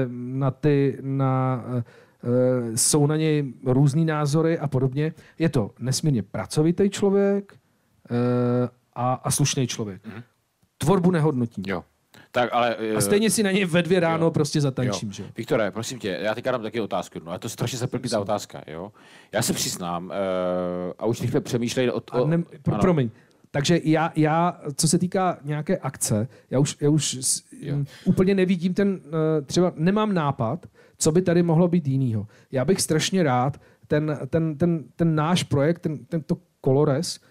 jsou na něj různý názory a podobně, je to nesmírně pracovitý člověk a slušný člověk. Tvorbu nehodnotí. Jo. Tak, ale, a stejně si na něj ve 2 ráno prostě zatančím. Že? Viktore, prosím tě, já teďka dám taky otázku. No, je to strašně zaplpitá otázka. Jo? Já se přiznám, a už jsme přemýšleli promiň. Takže já, co se týká nějaké akce, já už úplně nevidím třeba nemám nápad, co by tady mohlo být jinýho. Já bych strašně rád ten náš projekt, tento Colores,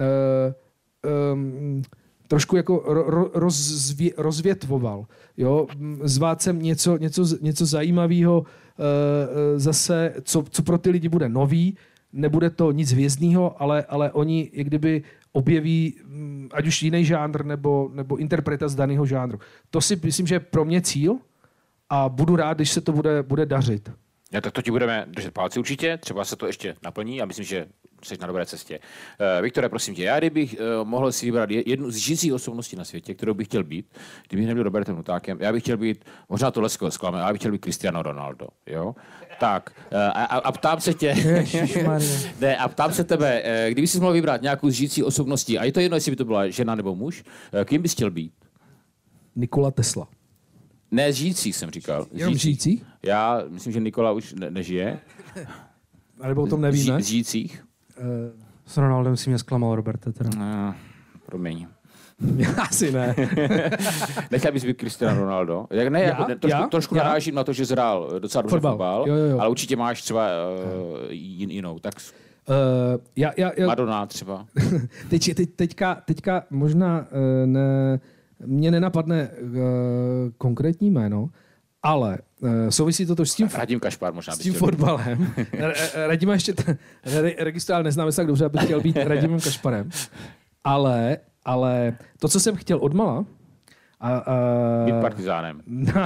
trošku jako rozvětvoval. Jo? Zvát sem něco zajímavého, zase, co pro ty lidi bude nový, nebude to nic hvězdného, ale oni jak kdyby objeví ať už jiný žánr nebo interpreta z daného žánru. To si myslím, že je pro mě cíl a budu rád, když se to bude dařit. Ja, tak to ti budeme držet palci určitě, třeba se to ještě naplní a myslím, že jsi na dobré cestě. Viktore, prosím tě, já kdybych mohl si vybrat jednu z žijících osobností na světě, kterou bych chtěl být, kdybych nebyl Robertem Hutákem, já bych chtěl být, možná tohle zklame, já bych chtěl být Cristiano Ronaldo, jo? Tak, a ptám se tě, ne, a ptám se tebe, kdyby jsi mohl vybrat nějakou z žijících osobností, a je to jedno, jestli by to byla žena nebo muž, kým bys chtěl být? Nikola Tesla. Ne, z žijících jsem říkal. Jenom žijící? Já myslím, že Nikola už nežije. A nebo o tom nevíme. Z žijících? S Ronaldem si mě zklamal, Roberte. Teda. Promiň. Asi ne. Nechtěl bys být Cristiano Ronaldo? Jak ne, trošku narážím na to, že zhrál docela dobře fotbal, ale určitě máš třeba jinou. Tak Madonna třeba. Teďka možná mě nenapadne konkrétní jméno, ale souvisí to s tím, Radim Kašpar možná s tím fotbalem. Radima ještě registroval, neznáme se tak dobře, abych chtěl být Radimem Kašparem. Ale to, co jsem chtěl odmala... Být partizánem.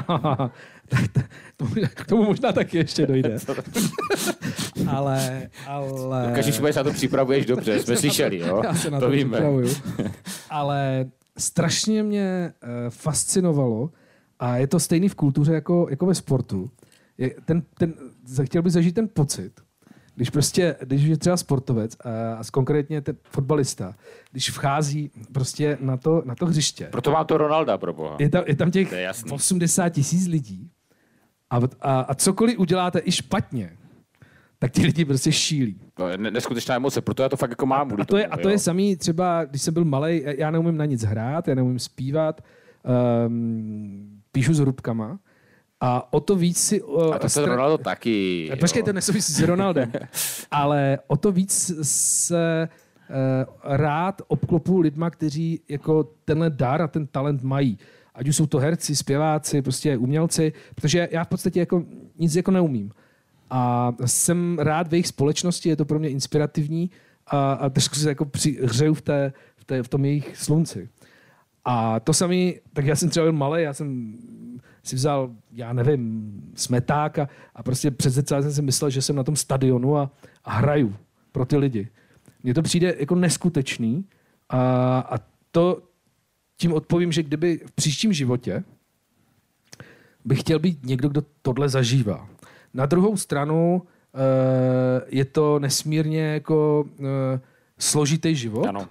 K tomu možná taky ještě dojde. ale... V každém případě se na to připravuješ dobře, jsme slyšeli, jo? Já se na to připravuju. Ale strašně mě fascinovalo, a je to stejný v kultuře jako ve sportu, chtěl bych zažít ten pocit, když je třeba sportovec a konkrétně ten fotbalista, když vchází prostě na to hřiště. Proto mám to Ronalda, proboha. Je tam těch 80 000 lidí a cokoliv uděláte i špatně, tak ti lidi prostě šílí. To je neskutečná emoce, proto já to fakt jako mám. A to je samý třeba, když jsem byl malej, já neumím na nic hrát, já neumím zpívat, píšu s hrubkama, a o to víc si... A to se Ronaldo taky. Počkej, to nesouvisí s Ronaldem. Ale o to víc se rád obklopu lidma, kteří jako tenhle dar a ten talent mají. Ať už jsou to herci, zpěváci, prostě umělci, protože já v podstatě jako nic jako neumím. A jsem rád v jejich společnosti, je to pro mě inspirativní a trošku se jako hřeju v tom jejich slunci. A to samý, tak já jsem třeba byl malý, já jsem si vzal, já nevím, smeták a prostě před zrcadlem jsem si myslel, že jsem na tom stadionu a hraju pro ty lidi. Mně to přijde jako neskutečný a to tím odpovím, že kdyby v příštím životě bych chtěl být někdo, kdo tohle zažívá. Na druhou stranu je to nesmírně jako složitý život. Ano.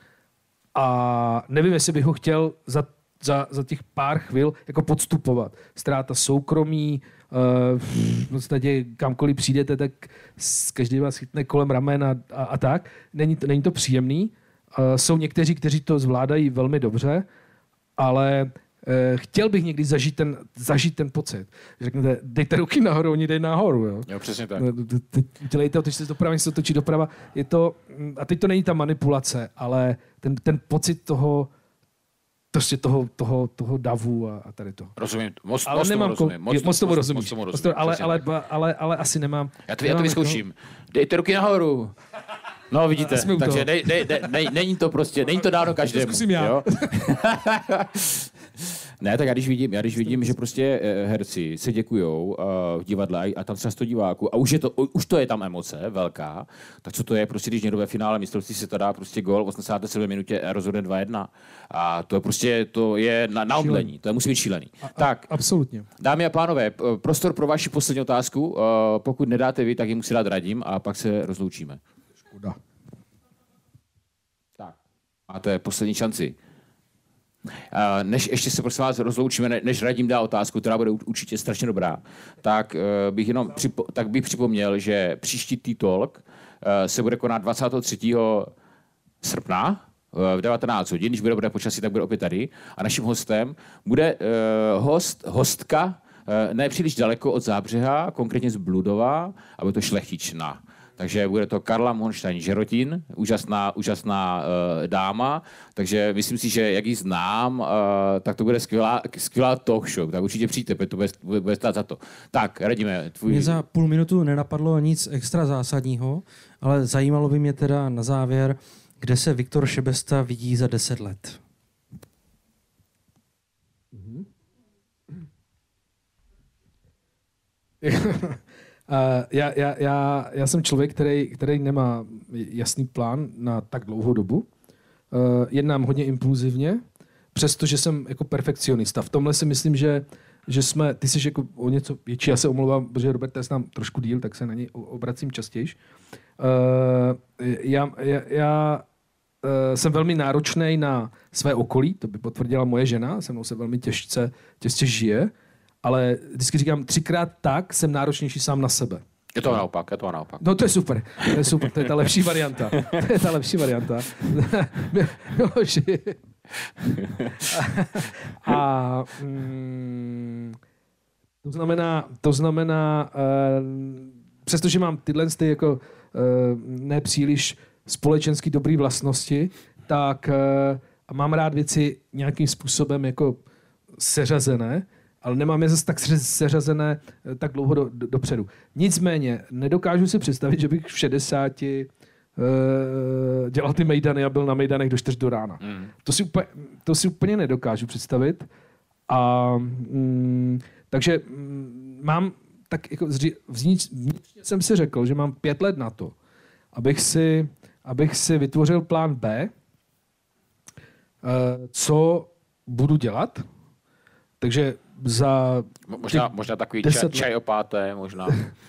A nevím, jestli bych ho chtěl za těch pár chvil jako podstupovat. Ztráta soukromí, v podstatě kamkoliv přijdete, tak každý vás chytne kolem ramen a tak. Není to příjemný. Jsou někteří, kteří to zvládají velmi dobře, ale chtěl bych někdy zažít ten pocit. Řeknete, dejte ruky nahoru, oni dej nahoru. Jo, přesně tak. Dělejte, otočte se doprava, se točí doprava. Je to, a teď to není ta manipulace, ale ten pocit toho davu a tady to. Rozumím. Moc tomu rozumím. Ale asi nemám. Já to vyzkouším. Dejte ruky nahoru. No vidíte, takže není to prostě, není to dáno každému. To zkusím já. Jo? Ne, tak já když vidím, že prostě herci se děkujou v divadle a tam třeba 100 diváků a už to je tam emoce velká, tak co to je prostě, když někdo ve finále mistrovství se to dá prostě gól v 87 minutě a rozhodne 2-1. A to je prostě, to je na omdlení, to musí být šílený. Tak, absolutně. Dámy a pánové, prostor pro vaši poslední otázku. Pokud nedáte vy, tak ji musí dát Radim a pak se rozloučíme. Škoda. Tak, máte poslední šanci. Než ještě se prosím vás rozloučíme, než Radim dá otázku, která bude určitě strašně dobrá, tak bych připomněl, že příští T-Talk se bude konat 23. srpna v 19 hodin, když bude dobré počasí, tak bude opět tady. A naším hostem bude hostka ne příliš daleko od Zábřeha, konkrétně z Bludova, a bude to šlechtična. Takže bude to Karla Monštajn-Žerotin, úžasná dáma, takže myslím si, že jak ji znám, tak to bude skvělá talk show, tak určitě přijďte, to bude stát za to. Tak, Radime, Mě za půl minutu nenapadlo nic extra zásadního, ale zajímalo by mě teda na závěr, kde se Viktor Šebesta vidí za 10 let. Já jsem člověk, který nemá jasný plán na tak dlouhou dobu. Jednám hodně impulzivně, přestože jsem jako perfekcionista. V tomhle si myslím, že jsme, ty jsi jako o něco větší, já se omlouvám, protože Robert je s nám trošku díl, tak se na něj obracím častěji. Já jsem velmi náročný na své okolí, to by potvrdila moje žena, se mnou se velmi těžce žije, ale vždycky říkám, 3krát tak jsem náročnější sám na sebe. Je to naopak. No to je super, to je ta lepší varianta. A to znamená, přestože mám tyhle jako nepříliš společensky dobré vlastnosti, tak mám rád věci nějakým způsobem jako seřazené, ale nemám je zase tak seřazené tak dlouho dopředu. Nicméně nedokážu si představit, že bych v 60 dělal ty mejdany a byl na mejdanech do 4 do rána. To si úplně nedokážu představit. A takže mám tak jako vnitřně jsem si řekl, že mám 5 let na to, abych si vytvořil plán B, co budu dělat. Takže za... Možná takový čaj o páté, možná.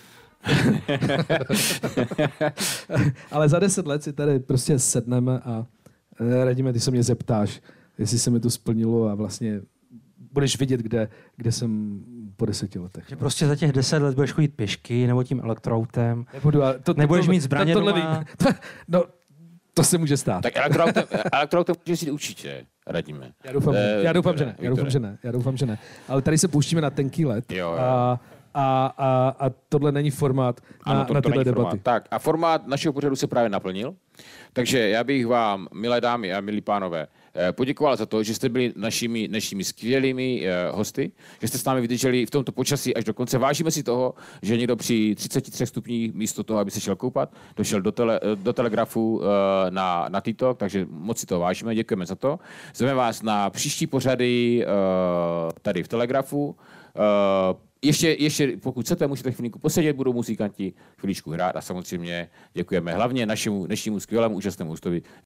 Ale za 10 let si tady prostě sedneme a radíme, ty se mě zeptáš, jestli se mi to splnilo a vlastně budeš vidět, kde jsem po 10 letech. Že prostě za těch 10 let budeš chodit pěšky nebo tím elektroautem. Nebudeš mít zbraně doma. To se může stát. Tak elektroautem můžeš jít určitě, radíme. Já doufám, že ne. Ale tady se pouštíme na tenký led. Jo. A tohle není formát na tyhle debaty. Tak a formát našeho pořadu se právě naplnil. Takže já bych vám, milé dámy a milí pánové, poděkoval za to, že jste byli našimi skvělými hosty, že jste s námi vydrželi v tomto počasí až do konce. Vážíme si toho, že někdo při 33 stupních místo toho, aby se šel koupat, došel do Telegrafu na TikTok, takže moc si to vážíme, děkujeme za to. Zveme vás na příští pořady tady v Telegrafu. Ještě pokud chcete, můžete chvilku posedět, budou muzikanti chviličku hrát a samozřejmě děkujeme hlavně našemu dnešnímu skvělému úžasnému hostovi